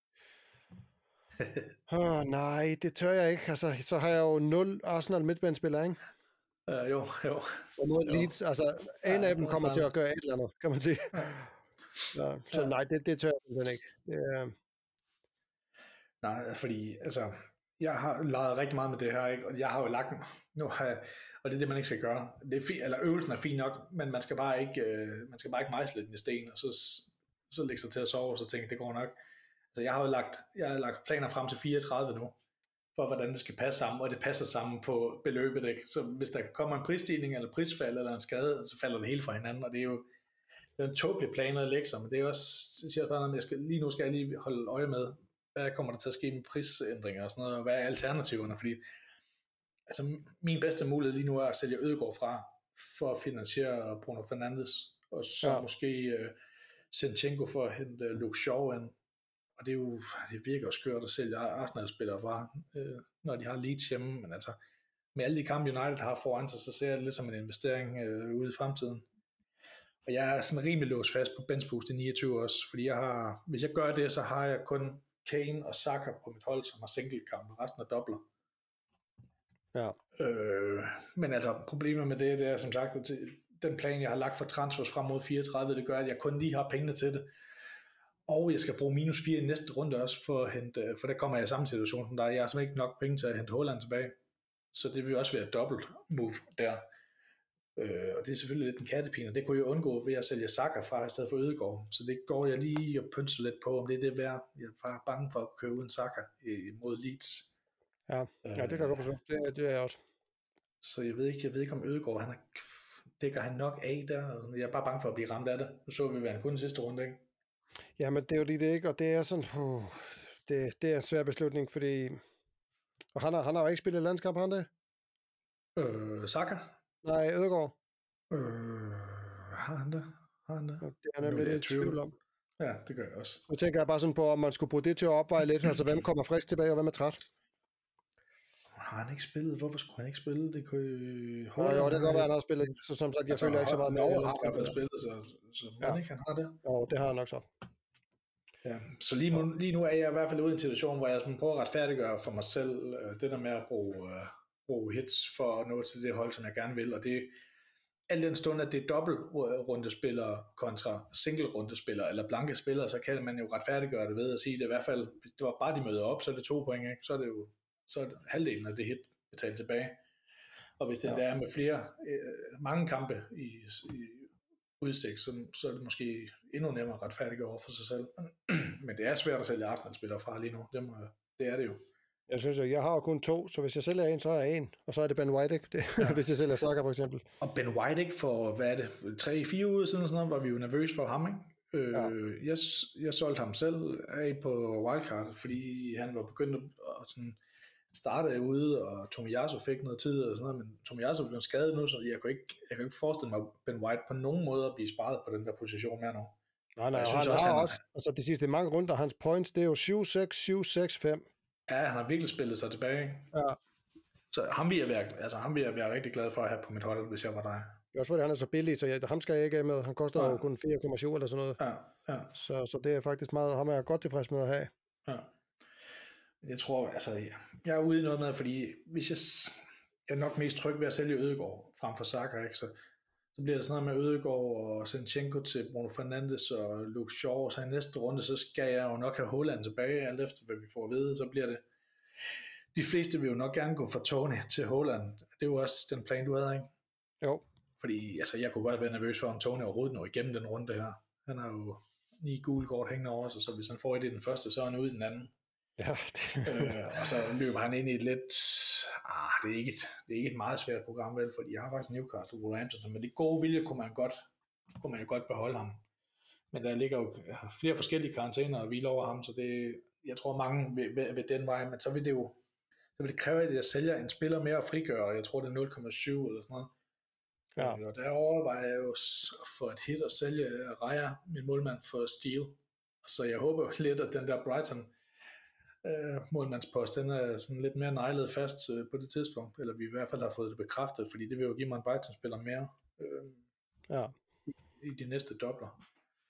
oh, nej, det tør jeg ikke. Altså, så har jeg jo nul Arsenal midtbanespillere, ikke? Uh, jo, jo. Og mod Leeds, altså, en ja, af dem kommer til at gøre et eller andet, kan man sige. Ja. Så, så ja. nej, det, det tør jeg simpelthen ikke. Det, uh... Nej, fordi, altså, jeg har leget rigtig meget med det her, ikke? Og jeg har jo lagt, nu har jeg, og det er det, man ikke skal gøre. Det er fi, eller øvelsen er fin nok, men man skal bare ikke, øh, man skal bare ikke mejsle den i sten, og så, så lægge sig til at sove, og så tænke, det går nok. Så jeg har jo lagt, jeg har lagt planer frem til fireogtredive nu, for hvordan det skal passe sammen, og det passer sammen på beløbet, ikke? Så hvis der kommer en prisstigning, eller prisfald, eller en skade, så falder det hele fra hinanden, og det er jo det er en tåbelig plan at lægge sig, men det er også, det siger bare, at jeg skal, lige nu skal jeg lige holde øje med, hvad kommer der til at ske med prisændringer og sådan noget, og hvad er alternativerne, fordi altså, min bedste mulighed lige nu er at sælge Ødegaard fra, for at finansiere Bruno Fernandes, og så ja. måske uh, Zinchenko for at hente uh, Luke Shaw ind, og det er jo, det virker jo skørt at sælge Arsenal-spillere fra, uh, når de har Leeds hjemme, men altså, med alle de kampe United har foran sig, så ser jeg det lidt som en investering uh, ude i fremtiden. Og jeg er sådan rimelig låst fast på bench boost i niogtyve også, fordi jeg har, hvis jeg gør det, så har jeg kun Kane og Saka på mit hold, som har single-kampe, resten er dobler. Ja. Øh, men altså, problemet med det, det er som sagt, at den plan, jeg har lagt for transfers frem mod fireogtredive, det gør, at jeg kun lige har pengene til det. og jeg skal bruge minus fire i næste runde også, for, at hente, for der kommer jeg i samme situation som dig. Jeg har simpelthen ikke nok penge til at hente Haaland tilbage. Så det vil også være et dobbelt move der. Øh, og det er selvfølgelig lidt en kattepine, og det kunne jeg undgå ved at sælge Saka fra i stedet for Ødegaard. Så det går jeg lige og pynser lidt på, om det er det værd. Jeg er bare bange for at køre uden Saka mod Leeds. Ja, ja det kan jeg godt forstå. Det, det er jeg også. Så jeg ved ikke, jeg ved ikke om Ødegaard, han er, dækker han nok af der. Jeg er bare bange for at blive ramt af det. Nu så vi, hvad han kunne i sidste runde, ikke? Ja, men det er jo lige det, ikke? Og det er sådan, uh, det, det er en svær beslutning, fordi... Og han har, han har jo ikke spillet landskamp, han det? Øh, Saka? Nej, Ødegaard. Øh, har han det? Har han det? Ja, det er nemlig lidt i tvivl om. Ja, det gør jeg også. Nu tænker jeg bare sådan på, om man skulle bruge det til at opveje lidt, altså hvem kommer frisk tilbage, og hvem er træt? Har han ikke spillet? Hvorfor skulle han ikke spille? Det kunne... Ja, jo, det kan godt være, han har spillet. Så som sagt, jeg altså, følger ikke så meget med. Norge har i hvert fald spillet, så, så ja. Ikke han har det. Jo, det har han nok så. Ja, så lige nu, lige nu er jeg i hvert fald ude i en situation, hvor jeg prøver at retfærdiggøre for mig selv det der med at bruge, uh, bruge hits for at nå til det hold, som jeg gerne vil, og det al den stund, at det er dobbelt rundespillere kontra single rundespillere eller blanke spillere, så kan man jo retfærdiggøre det ved at sige, at det i hvert fald, det var bare de møder op, så er det to point, ikke? Så er det jo så er det halvdelen af det hit betalt tilbage. Og hvis det ja. Der er med flere, øh, mange kampe i, i udsigt, så, så er det måske endnu nemmere at retfærdiggøre over for sig selv. Men det er svært at sælge Arsenal-spillere fra lige nu. Det, må, det er det jo. Jeg synes jo, jeg har jo kun to, så hvis jeg sælger en, så er jeg en, og så er det Ben White, ikke? Det, ja. Hvis jeg sælger Saka for eksempel. Og Ben White, ikke, for, hvad er det, tre fire uger siden, sådan noget, var vi jo nervøse for ham, ikke? Øh, ja. jeg, jeg solgte ham selv af på wildcard, fordi han var begyndt at sådan, starte ude, og Tomiyasu fik noget tid og sådan noget, men Tomiyasu blev skadet nu, så jeg kunne ikke, jeg kan ikke forestille mig Ben White på nogen måde at blive sparet på den der position mere nu. Nej, nej, og han også, har han, også, altså de sidste mange runder, hans points, det er jo syv seks, syv seks, fem. Ja, han har virkelig spillet sig tilbage. Ja. Så ham vil jeg være, altså ham vil jeg være rigtig glad for at have på mit hold, hvis jeg var dig. Det er også fordi, han er så billig, så jeg, ham skal jeg ikke af med. Han koster ja. jo kun fire komma syv eller sådan noget. Ja, ja. Så, så det er faktisk meget, ham er jeg godt tilfreds med at have. Ja. Jeg tror, altså, jeg, jeg er ude i noget med, fordi hvis jeg, jeg er nok mest tryg ved at sælge Ødegaard frem for Saka, ikke? Så, så bliver det sådan noget med Ødegaard og Zinchenko til Bruno Fernandes og Luke Shaw, så i næste runde, så skal jeg jo nok have Haaland tilbage, alt efter hvad vi får at vide, så bliver det, de fleste vil jo nok gerne gå fra Tony til Haaland. Det er jo også den plan, du havde, ikke? Jo. Fordi, altså, jeg kunne godt være nervøs for, om Tony overhovedet når igennem den runde her. Han har jo ni gule kort hængende over sig, så hvis han får et i den første, så er han ude i den anden. Ja. øh, og så løber han ind i et lidt, ah, det er ikke et, det er ikke et meget svært program, vel, fordi jeg har faktisk Newcastle og Wolverhampton, men det gode vilje kunne man godt, kunne man jo godt beholde ham. Men der ligger jo flere forskellige karantæner og hvile over ham, så det, jeg tror mange vil, vil, vil den vej, men så vil det jo, så vil det kræve, at jeg sælger en spiller mere og frigør, og jeg tror det er nul komma syv eller sådan noget. Ja. Og der overvejer jeg jo for et hit at sælge Raya, min målmand, for Steel. Så jeg håber lidt, at den der Brighton Uh, målmandspost, den er sådan lidt mere nejlet fast uh, på det tidspunkt, eller vi i hvert fald har fået det bekræftet, fordi det vil jo give mig en Brighton-spiller mere uh, ja. i de næste dobler.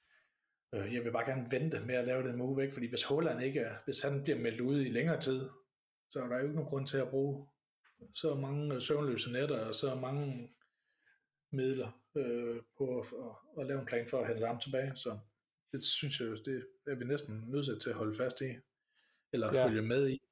Uh, jeg vil bare gerne vente med at lave det move, ikke? Fordi hvis Haaland ikke er, hvis han bliver meldt ude i længere tid, så er der jo ikke nogen grund til at bruge så mange søvnløse nætter og så mange midler uh, på at, at, at lave en plan for at hente ham tilbage, så det synes jeg, det er vi næsten nødt til at holde fast i. Eller ja. Følge med i.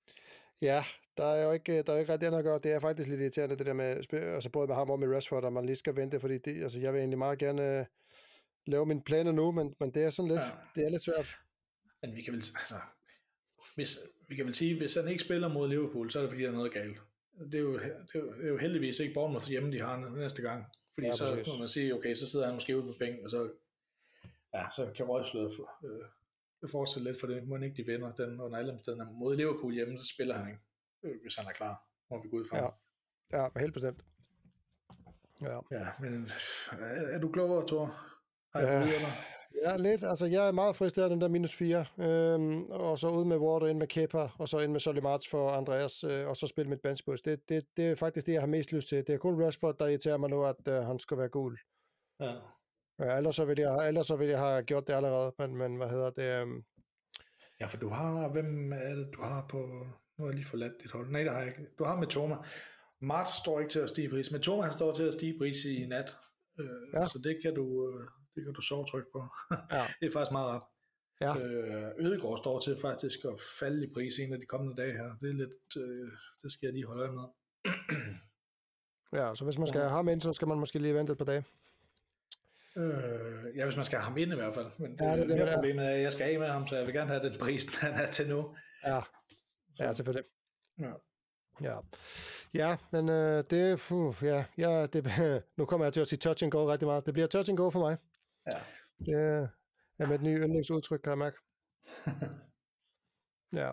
Ja, der er jo ikke, der er jo ikke ret det at gøre. Det er faktisk lidt irriterende, det der med, altså både med ham og med Rashford, at man lige skal vente, fordi det, altså jeg vil egentlig meget gerne uh, lave mine planer nu, men, men det er sådan lidt, ja. Det er lidt svært. Men vi kan vel, altså, hvis, vi kan vel sige, hvis han ikke spiller mod Liverpool, så er det fordi, der er noget galt. Det er jo, det er jo, det er jo heldigvis ikke Bournemouth hjemme, de har næste gang. Fordi ja, så må man sige, okay, så sidder han måske ude på bænken, og så, ja, så kan Røgslød øh, det fortsætter lidt, for det må han ikke de vinder den under alle omstændigheder. Mod Liverpool hjemme, så spiller han ikke, hvis han er klar, må vi gå ud fra. Ja, ja, helt bestemt. Ja, ja men er, er du klogere, Thor? Har jeg ja, videre, ja, lidt. Altså, jeg er meget fristeret af den der minus fire, øhm, og så ud med Water, ind med Kepa, og så ind med Solly March for Andreas, øh, og så spille mit benchboost. Det, det, det er faktisk det, jeg har mest lyst til. Det er kun Rashford, der irriterer mig nu, at øh, han skal være gul. Ja. Ja, ellers så vil jeg, ellers så vil jeg have gjort det allerede, men, men hvad hedder det? Um... Ja, for du har, hvem er det, du har på, nu har jeg lige forladt dit hold. Nej, det har jeg ikke. Du har Mitoma. Marts står ikke til at stige pris. Mitoma, han står til at stige pris i nat. Øh, ja. Så det kan du, det kan du sove tryk på. Ja. Det er faktisk meget ret. Ja. Øh, Ødegaard står til faktisk at falde i pris en af de kommende dage her. Det er lidt, øh, det skal jeg lige holde øje med. Ja, så hvis man skal have ham ind, så skal man måske lige vente et par dage. Øh, ja, hvis man skal have ham ind i hvert fald. Men det, ja, det, det mere problemet er, at jeg skal af med ham, så jeg vil gerne have den pris, han er til nu. Ja, ja selvfølgelig. Ja. Ja, ja men øh, det, uh, ja, ja, det, nu kommer jeg til at sige touch and go rigtig meget. Det bliver touch and go for mig. Ja. Det er med et nyt yndlingsudtryk, kan jeg mærke. Ja.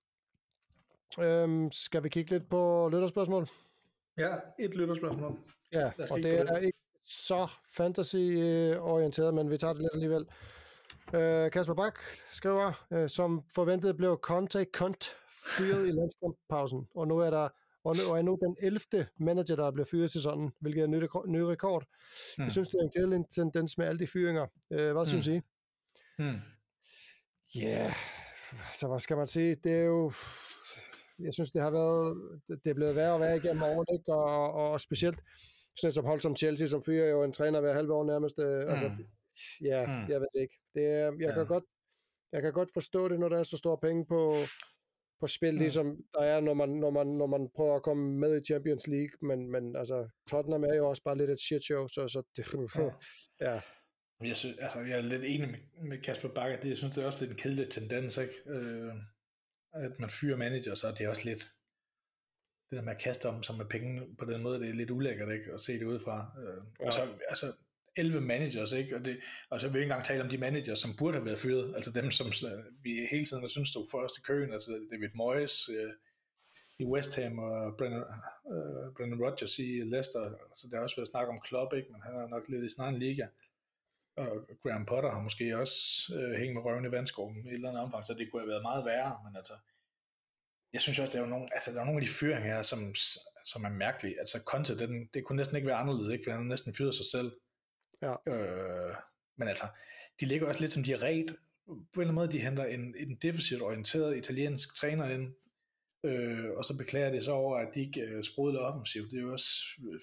Øhm, skal vi kigge lidt på lytterspørgsmål? Ja, et lytterspørgsmål. Ja, og det er det. Ikke så fantasy-orienteret, men vi tager det lidt alligevel. Øh, Kasper Bak skriver, øh, som forventet blev Conte Kunt fyret i landskampspausen, og nu er der og nu er nu den ellevte manager, der er blevet fyret til sådan, hvilket er en ny, ny rekord. Hmm. Jeg synes, det er en kedelig tendens med alle de fyringer. Øh, hvad hmm. synes I? Hmm. Ja, yeah. Så hvad skal man sige? Det er jo... Jeg synes, det har været... Det er blevet værre og værre igennem året, ikke? Og, og, og specielt sådan som hold som Chelsea, som fyrer jo en træner hver halve år nærmest. Hmm. Altså, ja, hmm. jeg ved det ikke. Det er, jeg, ja. kan godt, jeg kan godt forstå det, når der er så store penge på... på spil, mm. ligesom der er, når man, når, man, når man prøver at komme med i Champions League, men, men altså, Tottenham er jo også bare lidt et shit show, så, så det, ja. ja. Jeg, synes, altså, jeg er lidt enig med, med Kasper Bakker, det, jeg synes, det er også lidt en kedelig tendens, ikke? Øh, at man fyrer manager, så det er også lidt, det der med at kaste om sig med penge på den måde, det er lidt ulækkert, ikke? At se det udefra. Øh, ja. Og så, altså, elleve managers, ikke? Og, det, og så vil vi ikke engang tale om de managers, som burde have været fyret, altså dem, som vi hele tiden synes stod først i køen, altså David Moyes øh, i West Ham, og Brendan, øh, Brendan Rodgers i Leicester, så der har også været snak om Klopp, ikke? Men han er nok lidt i sin egen liga, og Graham Potter har måske også øh, hængt med røven i vandskoven i et eller andet omfang, så det kunne have været meget værre, men altså, jeg synes også, der er jo nogle, altså, der er nogle af de fyringer her, som, som er mærkelige, altså Conte, den, det kunne næsten ikke være anderledes, ikke? For han har næsten fyret sig selv. Ja. Øh, men altså, de ligger også lidt som de er ret. På en eller anden måde, de henter en, en defensivt orienteret italiensk træner ind, øh, og så beklager det så over, at de ikke øh, sprudler offensivt. Det er jo også... Øh,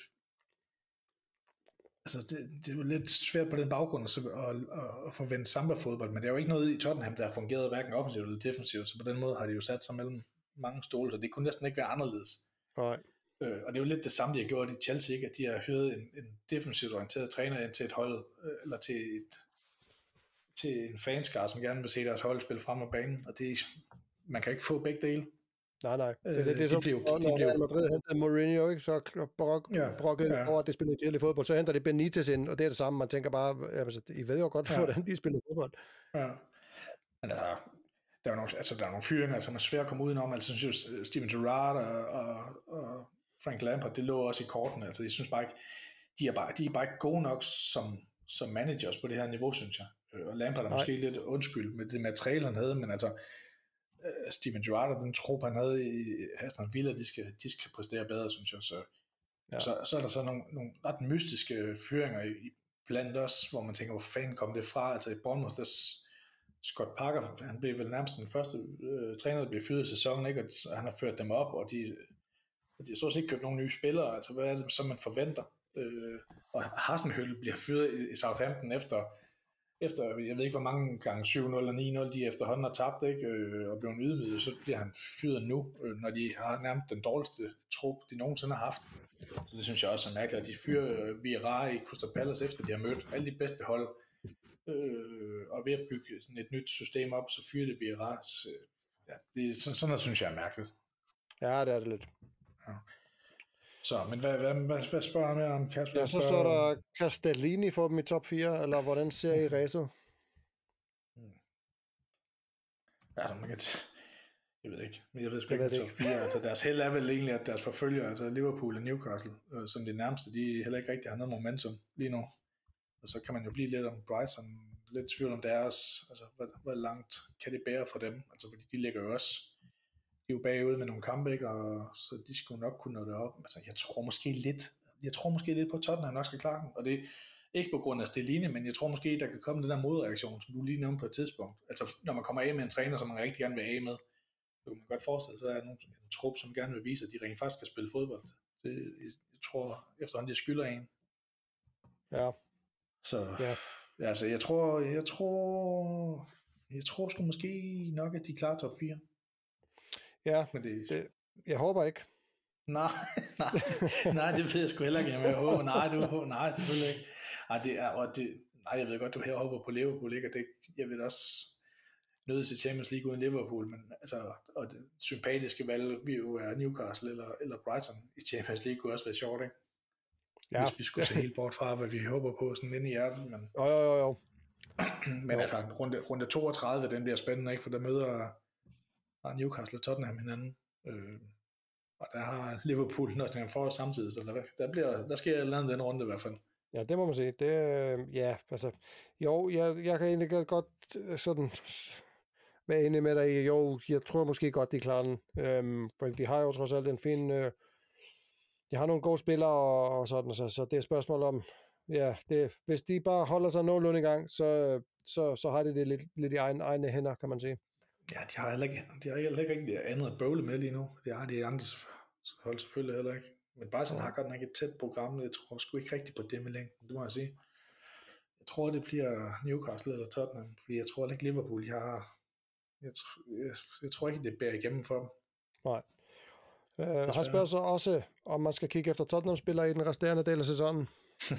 altså, det, det er jo lidt svært på den baggrund at, at, at, at forvente samba-fodbold, men det er jo ikke noget i Tottenham, der har fungeret hverken offensivt eller defensivt, så på den måde har de jo sat sig mellem mange stole, så det kunne næsten ikke være anderledes. Nej. Øh, og det er jo lidt det samme, de har gjort i Chelsea, ikke? At de har hyret en, en defensivt orienteret træner ind til et hold, øh, eller til, et, til en fanskare, som gerne vil se deres hold spille frem af banen, og det, man kan ikke få begge dele. Nej, nej. Det, det, det, det er så, blev, når de Real Madrid hentede Mourinho, ikke? Så brok, ja, brokket ja. over, at det spillede kedelig fodbold, så henter det Benitez ind, og det er det samme, man tænker bare, altså, I ved jo godt, ja. hvordan de spiller fodbold. Ja, men altså, der er nogle, altså, der er nogle fyringer, som er svært at komme udenom, altså, synes jeg, Steven Gerrard og, og, og Frank Lampard, det lå også i kortene, altså jeg synes bare ikke, de er bare, de er bare ikke gode nok som, som managers på det her niveau, synes jeg. Og Lampard er Nej. måske lidt undskyld med det materiale, han havde, men altså, uh, Steven Gerrard og den trup, han havde i Aston Villa, de skal, de skal præstere bedre, synes jeg. Så, ja. så, så er der så nogle, nogle ret mystiske fyringer i, i blandt os, hvor man tænker, hvor fanden kom det fra? Altså i Bournemouth, der Scott Parker, han blev vel nærmest den første øh, træner, der blev fyret i sæsonen, ikke? Og han har ført dem op, og de de har så også ikke købt nogle nye spillere, altså hvad er det, som man forventer? Øh, og Hasenhüttl bliver fyret i, i Southampton efter, efter, jeg ved ikke hvor mange gange, syv nul eller ni nul, de efterhånden har tabt, ikke? Øh, og blevet ydmyget, så bliver han fyret nu, øh, når de har nærmest den dårligste trup, de nogensinde har haft. Så det synes jeg også er mærkeligt, at de fyrer øh, Vieira i Crystal Palace, efter de har mødt alle de bedste hold, øh, og ved at bygge sådan et nyt system op, så fyrer det Vieira. Øh, ja, det, sådan, sådan noget synes jeg er mærkeligt. Ja, det er det lidt. Ja. Så, men hvad, hvad, hvad, hvad spørger han mere om, Kasper? Ja, så står der Castellini for dem i top fire, eller hvordan ser I ræset? Hmm. Ja, man kan t- jeg ved ikke, men jeg ved ikke, top fire. Altså, deres held er vel egentlig, at deres forfølger, altså Liverpool og Newcastle, øh, som de nærmeste, de heller ikke rigtig har noget momentum lige nu. Og så kan man jo blive lidt om Brighton, lidt tvivl om deres, altså hvor, hvor langt kan det bære for dem, altså fordi de ligger jo også de er jo bagud med nogle kampe, ikke? Og så de skulle nok kunne nå det op. Altså, jeg tror måske lidt, jeg tror måske lidt på Tottenham nok skal klare den, og det er ikke på grund af Stellini, men jeg tror måske, der kan komme den der modreaktion, som du lige nævnte på et tidspunkt. Altså, når man kommer af med en træner, som man rigtig gerne vil af med, så kan man godt forestille sig, at der er nogen, en trup, som gerne vil vise, at de rent faktisk kan spille fodbold. Det, jeg tror, efterhånden, de skylder en. Ja. Så, ja. ja, altså, jeg tror, jeg tror, Jeg tror sgu måske nok, at de klarer top fire. Ja, Men det... det, jeg håber ikke. Nej, nej, nej, det ved jeg sgu heller ikke, men jeg håber, nej, du, nej, selvfølgelig ikke. Ej, det er, og det, nej, jeg ved godt, du her håber på Liverpool, ikke? Og det, jeg vil også nødt til Champions League uden Liverpool, men altså, og det sympatiske valg, vi jo er Newcastle eller, eller Brighton i Champions League, kunne også være sjovt, ikke? Ja. Hvis vi skulle se helt bort fra, hvad vi håber på, sådan inde i hjertet, men... Jo, jo, jo, jo. men jo. Altså, runde, runde toogtredive, den bliver spændende, ikke? For der møder Newcastle og Tottenham hinanden, øh, og der har Liverpool Nottingham Forest samtidig, så der, der, bliver, der sker et eller andet den runde i hvert fald. Ja, det må man sige. Det, ja, altså, jo, jeg, jeg kan egentlig godt sådan være enig med dig i, jo, jeg tror måske godt, de klarer den, øhm, for de har jo trods alt en fin, øh, de har nogle gode spillere og, og sådan, så, så det er et spørgsmål om, ja, det, hvis de bare holder sig nogenlunde i gang, så, så, så har de det lidt, lidt i egen, egne hænder, kan man sige. Ja, de har heller ikke, de har heller ikke rigtig andet at bøvle med lige nu. Det har de andre hold selvfølgelig heller ikke. Men Bryson ja. har godt nok et tæt program. Jeg tror sgu ikke rigtigt på det med længden, det må jeg sige. Jeg tror, det bliver Newcastle eller Tottenham, fordi jeg tror ikke Liverpool, jeg har... Jeg, jeg, jeg tror ikke, det bærer igennem for dem. Nej. Uh, han spørger så også, om man skal kigge efter Tottenham-spillere i den resterende del af sæsonen.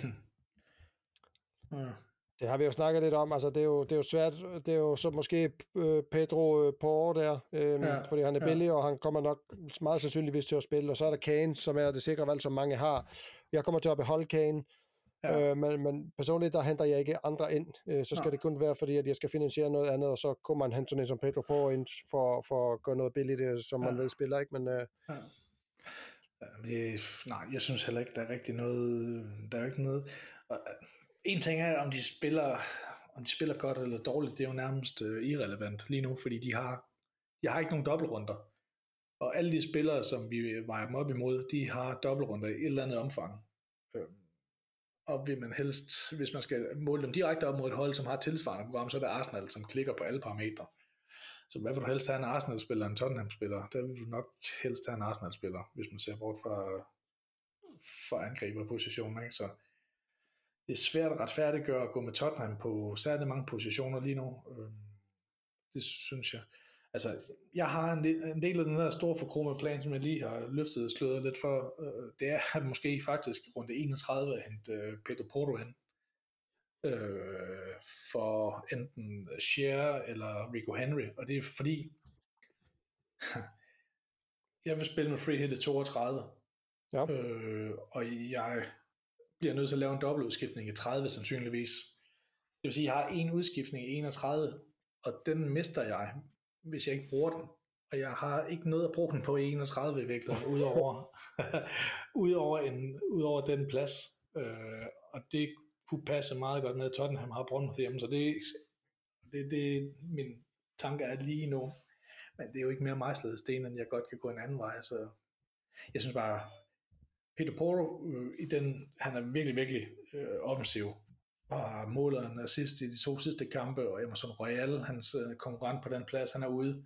ja. Det har vi jo snakket lidt om, altså det er jo, det er jo svært, det er jo så måske øh, Pedro Porro der, øh, ja, fordi han er billig, ja. og han kommer nok meget sandsynligvis til at spille, og så er der Kane, som er det sikre valg, som mange har. Jeg kommer til at beholde Kane, ja. øh, men, men personligt, der henter jeg ikke andre ind, øh, så skal ja. det kun være, fordi at jeg skal finansiere noget andet, og så kommer man hente sådan en som Pedro Porro ind, for, for at gøre noget billigt, som ja. man ved spiller, ikke? Men... Øh, ja. Det, nej, jeg synes heller ikke, der er rigtig noget, der er ikke noget... En ting er, om de spiller, om de spiller godt eller dårligt, det er jo nærmest uh, irrelevant lige nu, fordi de har, de har ikke nogen dobbeltrunder. Og alle de spillere, som vi vejer dem op imod, de har dobbeltrunder i et eller andet omfang. Øh, og vil man helst, hvis man skal måle dem direkte op mod et hold, som har tilsvarende program, så er det Arsenal, som klikker på alle parametre. Så hvad vil du helst have, en Arsenal-spiller og en Tottenham-spiller? Der vil du nok helst have en Arsenal-spiller, hvis man ser bort fra, fra angriberpositionen, ikke? Så det er svært at retfærdiggøre at gå med Tottenham på særlig mange positioner lige nu. Det synes jeg. Altså, jeg har en del, en del af den der store forkromede plan, som jeg lige har løftet og slået lidt for. Det er måske faktisk rundt enogtredive at hente Pedro Porro hen. For enten Shearer eller Rico Henry. Og det er fordi, jeg vil spille med free hit i toogtredive. Ja. Øh, og jeg bliver nødt til at lave en dobbeltudskiftning i tredive sandsynligvis. Det vil sige, at jeg har en udskiftning i enogtredive, og den mister jeg, hvis jeg ikke bruger den. Og jeg har ikke noget at bruge den på i enogtredive i virkeligheden, udover, udover, en, udover den plads. Øh, og det kunne passe meget godt med, at Tottenham har Bournemouth hjemme, så det, det, det min tanke er lige nu. Men det er jo ikke mere mejslet sten, end jeg godt kan gå en anden vej, så jeg synes bare, Pedro Porro, øh, i den, han er virkelig, virkelig øh, offensiv, og har målet en assist i de to sidste kampe, og Emerson Royal, hans øh, konkurrent på den plads, han er ude.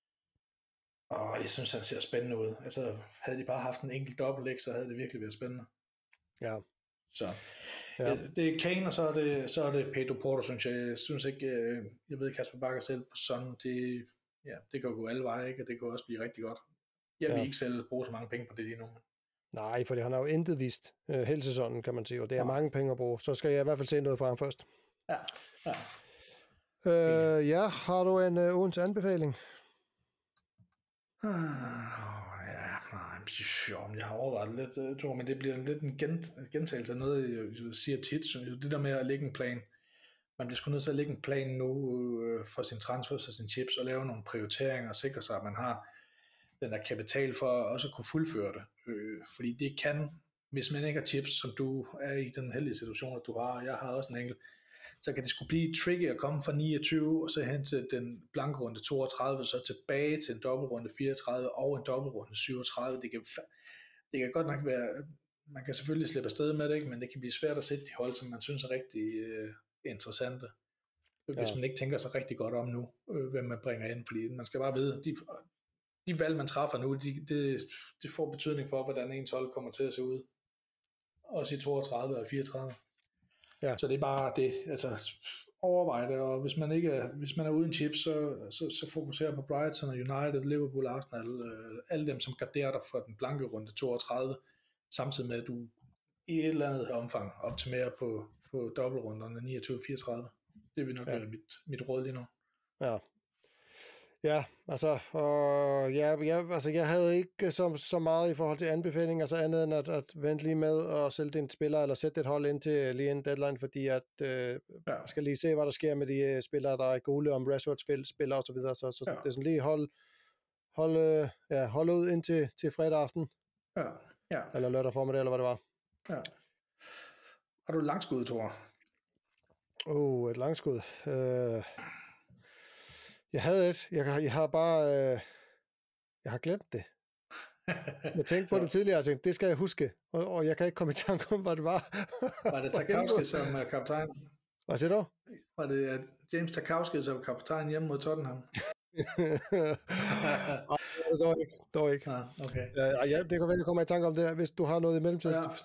Og jeg synes, han ser spændende ud. Altså, havde de bare haft en enkelt dobbelt, så havde det virkelig været spændende. Ja. Så ja. Det, det er Kane, og så er det, så er det Pedro Porro, synes jeg. Jeg synes ikke, øh, jeg ved Kasper Bakker selv på sådan, det, ja, det kan jo gå alle veje, ikke? Og det kan også blive rigtig godt. Jeg vil ja. ikke selv bruge så mange penge på det lige nu. Nej, fordi han har jo intet vist øh, hele sæsonen, kan man sige, og det er ja. mange penge at bruge, så skal jeg i hvert fald se noget fra ham først. Ja, ja. Øh, ja, har du en øh, ugens anbefaling? Uh, ja, nej, jo, jeg har overvejet lidt, tror, men det bliver lidt en gentagelse af noget, jeg siger tit, så det der med at lægge en plan. Man bliver sgu nødt til at lægge en plan nu øh, for sin transfer, for sin chips, og lave nogle prioriteringer, og sikre sig, at man har den der kapital for også at kunne fuldføre det. Øh, fordi det kan, hvis man ikke har chips, som du er i den heldige situation, at du har, og jeg har også en enkelt, så kan det sgu blive tricky at komme fra niogtyve, og så hen til den blankrunde toogtredive, så tilbage til en dobbeltrunde fireogtredive, og en dobbeltrunde syvogtredive. Det kan, det kan godt nok være, man kan selvfølgelig slippe afsted med det, ikke? Men det kan blive svært at sætte de hold, som man synes er rigtig øh, interessante, hvis ja. man ikke tænker sig rigtig godt om nu, øh, hvem man bringer ind, fordi man skal bare vide, de de valg, man træffer nu, de, det, det får betydning for, hvordan ens hold kommer til at se ud. Også i toogtredive og fireogtredive. Ja. Så det er bare det. Altså, overveje det, og hvis man ikke er, hvis man er uden chips, så, så, så fokuserer på Brighton og United, Liverpool, Arsenal, øh, alle dem, som garderer dig for den blanke runde toogtredive, samtidig med, at du i et eller andet omfang optimerer på, på dobbeltrunderne niogtyve fireogtredive. Det vil nok ja. være mit, mit råd lige nu. Ja. Ja, altså, og ja, ja, altså, jeg havde ikke så, så meget i forhold til anbefaling, altså andet end at, at vente lige med og sælge en spiller, eller sætte et hold ind til lige en deadline, fordi at, øh, ja. jeg skal lige se, hvad der sker med de uh, spillere, der er gule, om Rashford spil, spiller og så videre, så, så ja. det er sådan lige hold, hold, øh, ja, hold ud indtil til fredag aften. Ja. Ja. Eller lørdag formiddag, eller hvad det var. Ja. Har du et langskud, Thor? Åh, oh, et langskud. Øh... Jeg havde et. Jeg, jeg har bare... Øh, jeg har glemt det. Jeg tænkte på det tidligere, og tænkte, det skal jeg huske. Og, og jeg kan ikke komme i tanke om, hvad det var. Var det Tarkowski som uh, kaptajn? Hvad siger du? Var det uh, James Tarkowski som kaptajn hjemme mod Tottenham? Dog ikke. Dog ikke. Ah, okay. Uh, ja, det kan være, at jeg kommer i tanke om det, hvis du har noget i mellemtiden. Ja.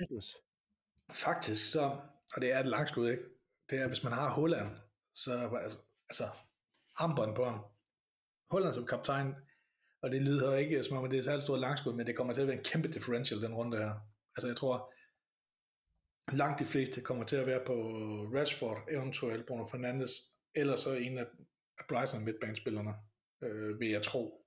Faktisk så, og det er et langskud, ikke? Det er, hvis man har Holland, så altså, altså armbånd på ham. Holland som kaptajn, og det lyder ikke som om, det er så alt stort langskud, men det kommer til at være en kæmpe differential, den runde her. Altså jeg tror, langt de fleste kommer til at være på Rashford, eventuelt Bruno Fernandes, eller så en af Brighton midtbanespillerne, øh, vil jeg tro.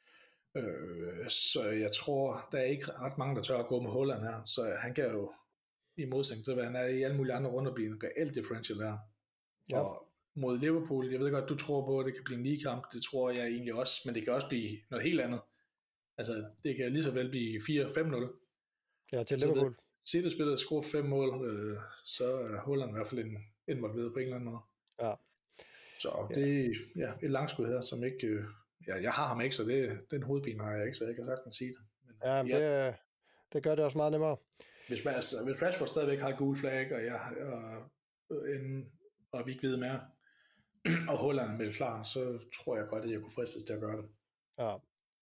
Øh, så jeg tror, der er ikke ret mange, der tør at gå med Holland her, så han kan jo, i modsætning til, hvad han er i alle mulige andre runder, blive en reel differential her. Ja. Og mod Liverpool, jeg ved godt, du tror på, at det kan blive en lige kamp, det tror jeg egentlig også, men det kan også blive noget helt andet. Altså, det kan lige så vel blive fire fem nul. Ja, til Liverpool. City spiller score fem mål, øh, så er Holland i hvert fald involveret på en eller anden måde. Ja. Så det er ja, et langskud her, som ikke... Øh, ja, jeg har ham ikke, så det, den hovedpine har jeg ikke, så jeg kan sagtens sige det. Men, ja, men ja. Det, det gør det også meget nemmere. Hvis, altså, hvis Rashford stadigvæk har gul flag, og, jeg, og, en, og vi ikke ved mere, og Holland er meldt klar, så tror jeg godt, at jeg kunne fristes til at gøre det. Ja.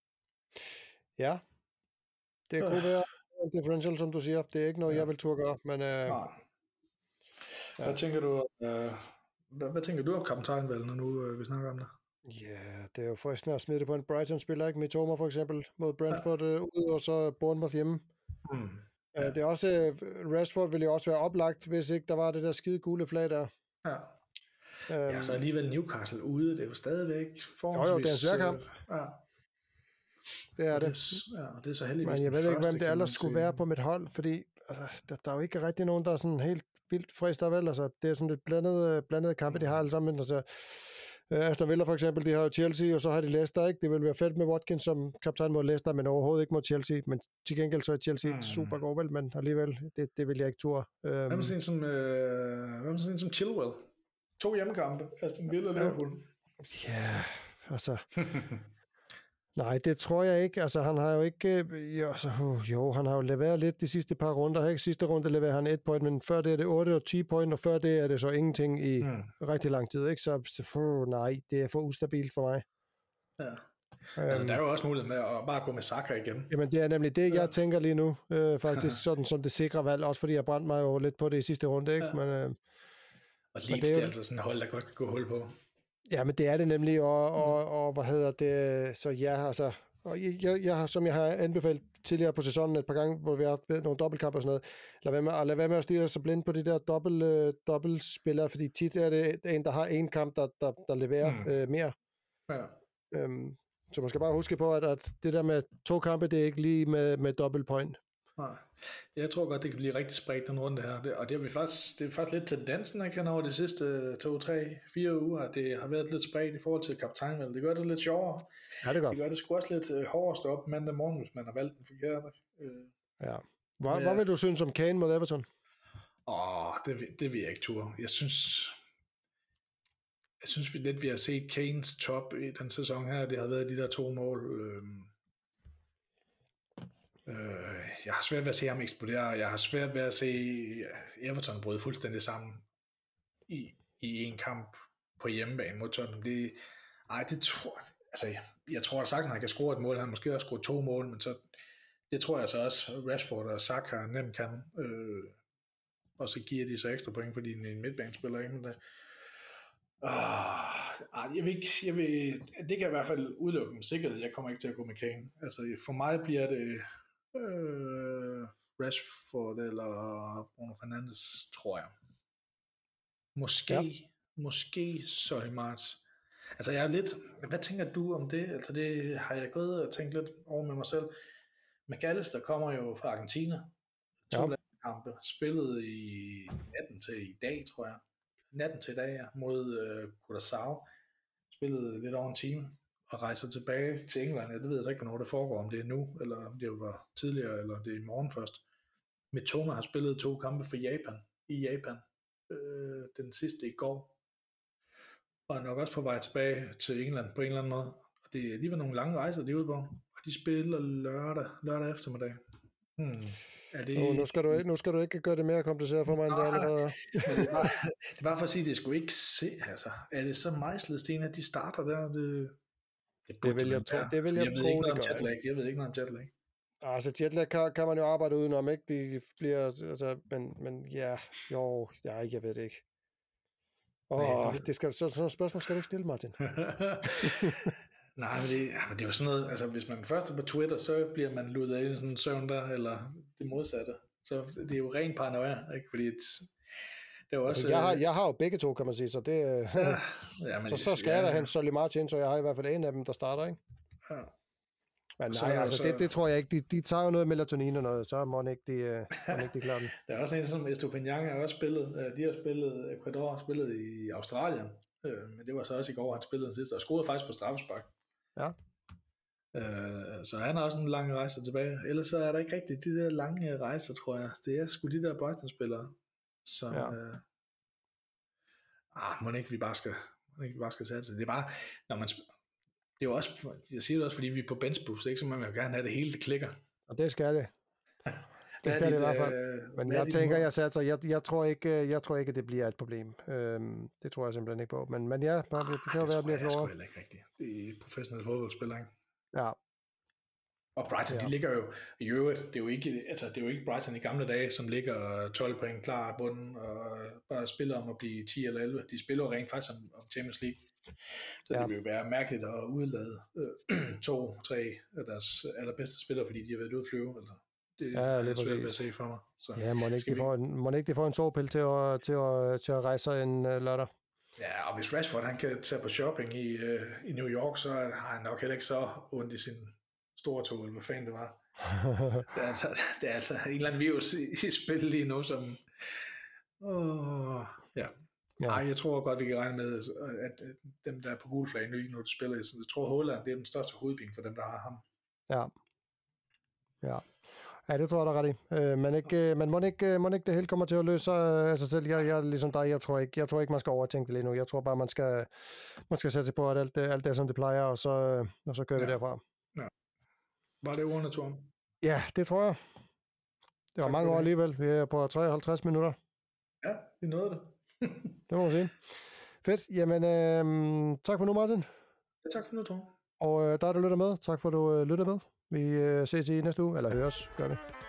Ja. Det kunne øh. være en differential, som du siger. Det er ikke noget, ja. jeg vil turde gøre, men... Øh, Nej. Hvad ja. tænker du... Øh, hvad, hvad tænker du om kaptajnvalget, når nu øh, vi snakker om det? Ja, det er jo fristende at smide det på en Brighton-spiller, ikke? Mitoma for eksempel, mod Brentford ja. øh, ud, og så Bournemouth hjemme. Hmm. Ja. Øh, det er også... Øh, Rashford ville jo også være oplagt, hvis ikke der var det der skide gule flag der. Ja. Um, ja, så alligevel Newcastle ude, det er jo stadigvæk forholdsvis... Jo, jo, det er en svær kamp. Øh, ja. Det er og det. det. Ja, og det er så heldigvis. Men jeg ved ikke, hvem det ellers skulle være på mit hold, fordi altså, der, der er jo ikke rigtig nogen, der er sådan helt vildt frister, vel? Altså, det er sådan lidt blandet, blandet kampe, mm. de har alle sammen. Altså, Aston Villa for eksempel, de har jo Chelsea, og så har de Leicester, ikke? Det vil være fedt med Watkins som kaptajn mod Leicester, men overhovedet ikke mod Chelsea. Men til gengæld så er Chelsea mm. super god, vel? Men alligevel, det, det vil jeg ikke turde. Um, hvad med sådan som, øh, hvad med sådan som Chilwell? To hjemmekampe, Aston Villa og Liverpool. Ja, altså... Nej, det tror jeg ikke. Altså, han har jo ikke... Jo, altså, jo, han har jo leveret lidt de sidste par runder. Ikke? Sidste runde leverer han et point, men før det er det otte og ti point, og før det er det så ingenting i mm. rigtig lang tid. Ikke? Så, så uh, nej, det er for ustabilt for mig. Ja. Altså, um, der er jo også mulighed med at bare gå med Saka igen. Jamen, det er nemlig det, jeg ja. tænker lige nu. Øh, faktisk sådan som det sikre valg, også fordi jeg brændte mig jo lidt på det i sidste runde. Ikke? Ja. Men, øh, og Leeds, det er jo altså sådan et hold, der godt kan gå hul på. Ja, men det er det nemlig, og, og, og hvad hedder det, så ja, altså, og jeg, jeg har, som jeg har anbefalet tidligere på sæsonen et par gange, hvor vi har haft nogle dobbeltkampe og sådan noget, lad være med, lad være med at stige så blind på de der dobbelt, øh, dobbeltspillere, fordi tit er det en, der har en kamp, der, der, der leverer mm. øh, mere. Ja. Øhm, så man skal bare huske på, at, at det der med to kampe, det er ikke lige med, med dobbelt point. Nej. Jeg tror godt, det kan blive rigtig spredt den runde her, det, og det er, vi faktisk, det er faktisk lidt tendensen, jeg kan over de sidste to, tre, fire uger, at det har været lidt spredt i forhold til kaptajnvalget. Det gør det lidt sjovere. Ja, det gør. Det gør det sgu også lidt uh, hårdere at stå op mandag morgen, hvis man har valgt den forkerte. Uh, ja. Hvad, ja. hvad vil du synes om Kane mod Everton? Åh, det, det vil jeg ikke turde. Jeg synes, jeg synes vi lidt, vi har set Kanes top i den sæson her, det har været de der to mål. Øh, Øh, jeg har svært ved at se ham eksplodere. Jeg har svært ved at se Everton bryde fuldstændig sammen i, i en kamp på hjemmebane mod Tottenham. Det, ej, det tror altså, jeg, jeg tror at sagtens, han kan score et mål. Han måske også score to mål, men så, det tror jeg så også Rashford og Saka nemt kan. Øh, og så giver de så ekstra point, fordi de er en midtbanespiller. Ikke? Men det, Uh, jeg vil ikke, jeg vil, det kan i hvert fald udelukke med sikkerhed. Jeg kommer ikke til at gå med Kane. Altså, for mig bliver det øh, Rashford eller Bruno Fernandes, tror jeg. Måske, ja. måske Sorry Marts. Altså, jeg er lidt, hvad tænker du om det? Altså, det har jeg gået og tænkt lidt over med mig selv. McAllister kommer jo fra Argentina. To ja. kampe, spillede i natten til i dag, tror jeg. Natten til i dag, ja, mod øh, Curaçao. Spillede lidt over en time og rejser tilbage til England. Jeg ved altså ikke, hvornår det foregår, om det er nu, eller om det var tidligere, eller det er i morgen først. Mitoma har spillet to kampe for Japan, i Japan. Øh, den sidste i går. Og er nok også på vej tilbage til England på en eller anden måde. Og det er alligevel nogle lange rejser, de er ude på. Og de spiller lørdag, lørdag eftermiddag. Hmm. Er det... oh, nu, skal du, nu skal du ikke gøre det mere kompliceret for mig, end det allerede. det, er bare, det er bare for at sige, at det skulle ikke se, altså. Er det så mejslet, Sten, at de starter der? Det, det, det vil jeg, tro, det vil jeg, jeg tro, det gør. Jetlag. Jeg ved ikke noget om jetlag. Altså, jetlag kan, kan man jo arbejde udenom, ikke? Det bliver, altså, men, men ja, jo, ja, jeg ved det ikke. Åh, oh, det skal, så, sådan et spørgsmål skal du ikke stille, Martin. Nej, men det, men det er jo sådan noget, altså hvis man først er på Twitter, så bliver man luttet af i sådan en søvn der, eller det modsatte. Så det er jo ren paranoia, ikke? Fordi det, det er jo også... Jeg har, jeg har jo begge to, kan man sige, så det... Ja, ja, men så, så skal ja, jeg da hen Solly Martin, så jeg har i hvert fald en af dem, der starter, ikke? Ja. Men nej, altså så... det, det tror jeg ikke. De, de tager jo noget melatonin og noget, så må ikke de, må ikke de klare den. Der er også en som Estupiñán har også spillet. De har spillet, Ecuador har spillet i Australien, men det var så også i går, han spillede den sidste, og scorede faktisk på straffespark. Ja. Øh, så han har også en lang rejse tilbage. Ellers så er der ikke rigtig de der lange rejser, tror jeg. Det er sgu de der Brighton-spillere, som... Ja. Øh, ah, må ikke vi bare skal, må ikke vi bare skal satse. Det er bare, når man... Det er jo også, jeg siger det også, fordi vi er på benchboost, ikke? Så man vil jo gerne have det hele, det klikker. Og det skal det. Det skal det i hvert fald. Øh, Men jeg tænker, jeg satser, jeg, jeg, tror ikke, jeg tror ikke, at det bliver et problem. Øhm, det tror jeg simpelthen ikke på. Men, men ja, bare, ah, det kan jo være, at det bliver flore. Det tror jeg ikke rigtigt. Det er professionelle fodboldspillere, ikke? Ja. Og Brighton, ja. De ligger jo i øvrigt, det er jo ikke, altså det er jo ikke Brighton i gamle dage, som ligger tolv point klar i bunden, og bare spiller om at blive ti eller elleve. De spiller jo rent faktisk om, om Champions League. Så ja. Det vil jo være mærkeligt at udlade øh, to, tre af deres allerbedste spillere, fordi de har været ude at flyve, eller det ja, er svært at se for mig. Så ja, må ikke, de får en, må ikke de får en sovepille til at, til at, til at rejse en uh, lørdag? Ja, og hvis Rashford han kan tage på shopping i, uh, i New York, så har han nok heller ikke så ondt i sin store tog, eller hvad fanden det var. det, er altså, det er altså en eller anden virus i, i spil lige nu, som... Åh, ja. Ja. Ej, jeg tror godt, vi kan regne med, at dem, der er på gule flag nu, når de spiller, jeg tror, Haaland, det er den største hovedpine for dem, der har ham. Ja. Ja. Ja, det tror jeg, der er ret i. Øh, men ikke, man må ikke, må ikke det hele kommer til at løse sig af sig selv. Jeg, jeg, ligesom dig, jeg tror, ikke, jeg tror ikke, man skal overtænke det lige nu. Jeg tror bare, man skal, man skal sætte sig på, at alt det, alt det som det plejer, og så, og så kører ja. vi derfra. Ja. Var det ordene, Torben? Ja, det tror jeg. Det var tak mange år alligevel. Vi er på treoghalvtreds minutter. Ja, vi nåede det. Det må man sige. Fedt. Jamen, øh, tak for nu, Martin. Ja, tak for nu, Torben. Og øh, dig, der lytter med. Tak for, at du øh, lytter med. Vi øh, ses i næste uge, eller høres, gør vi.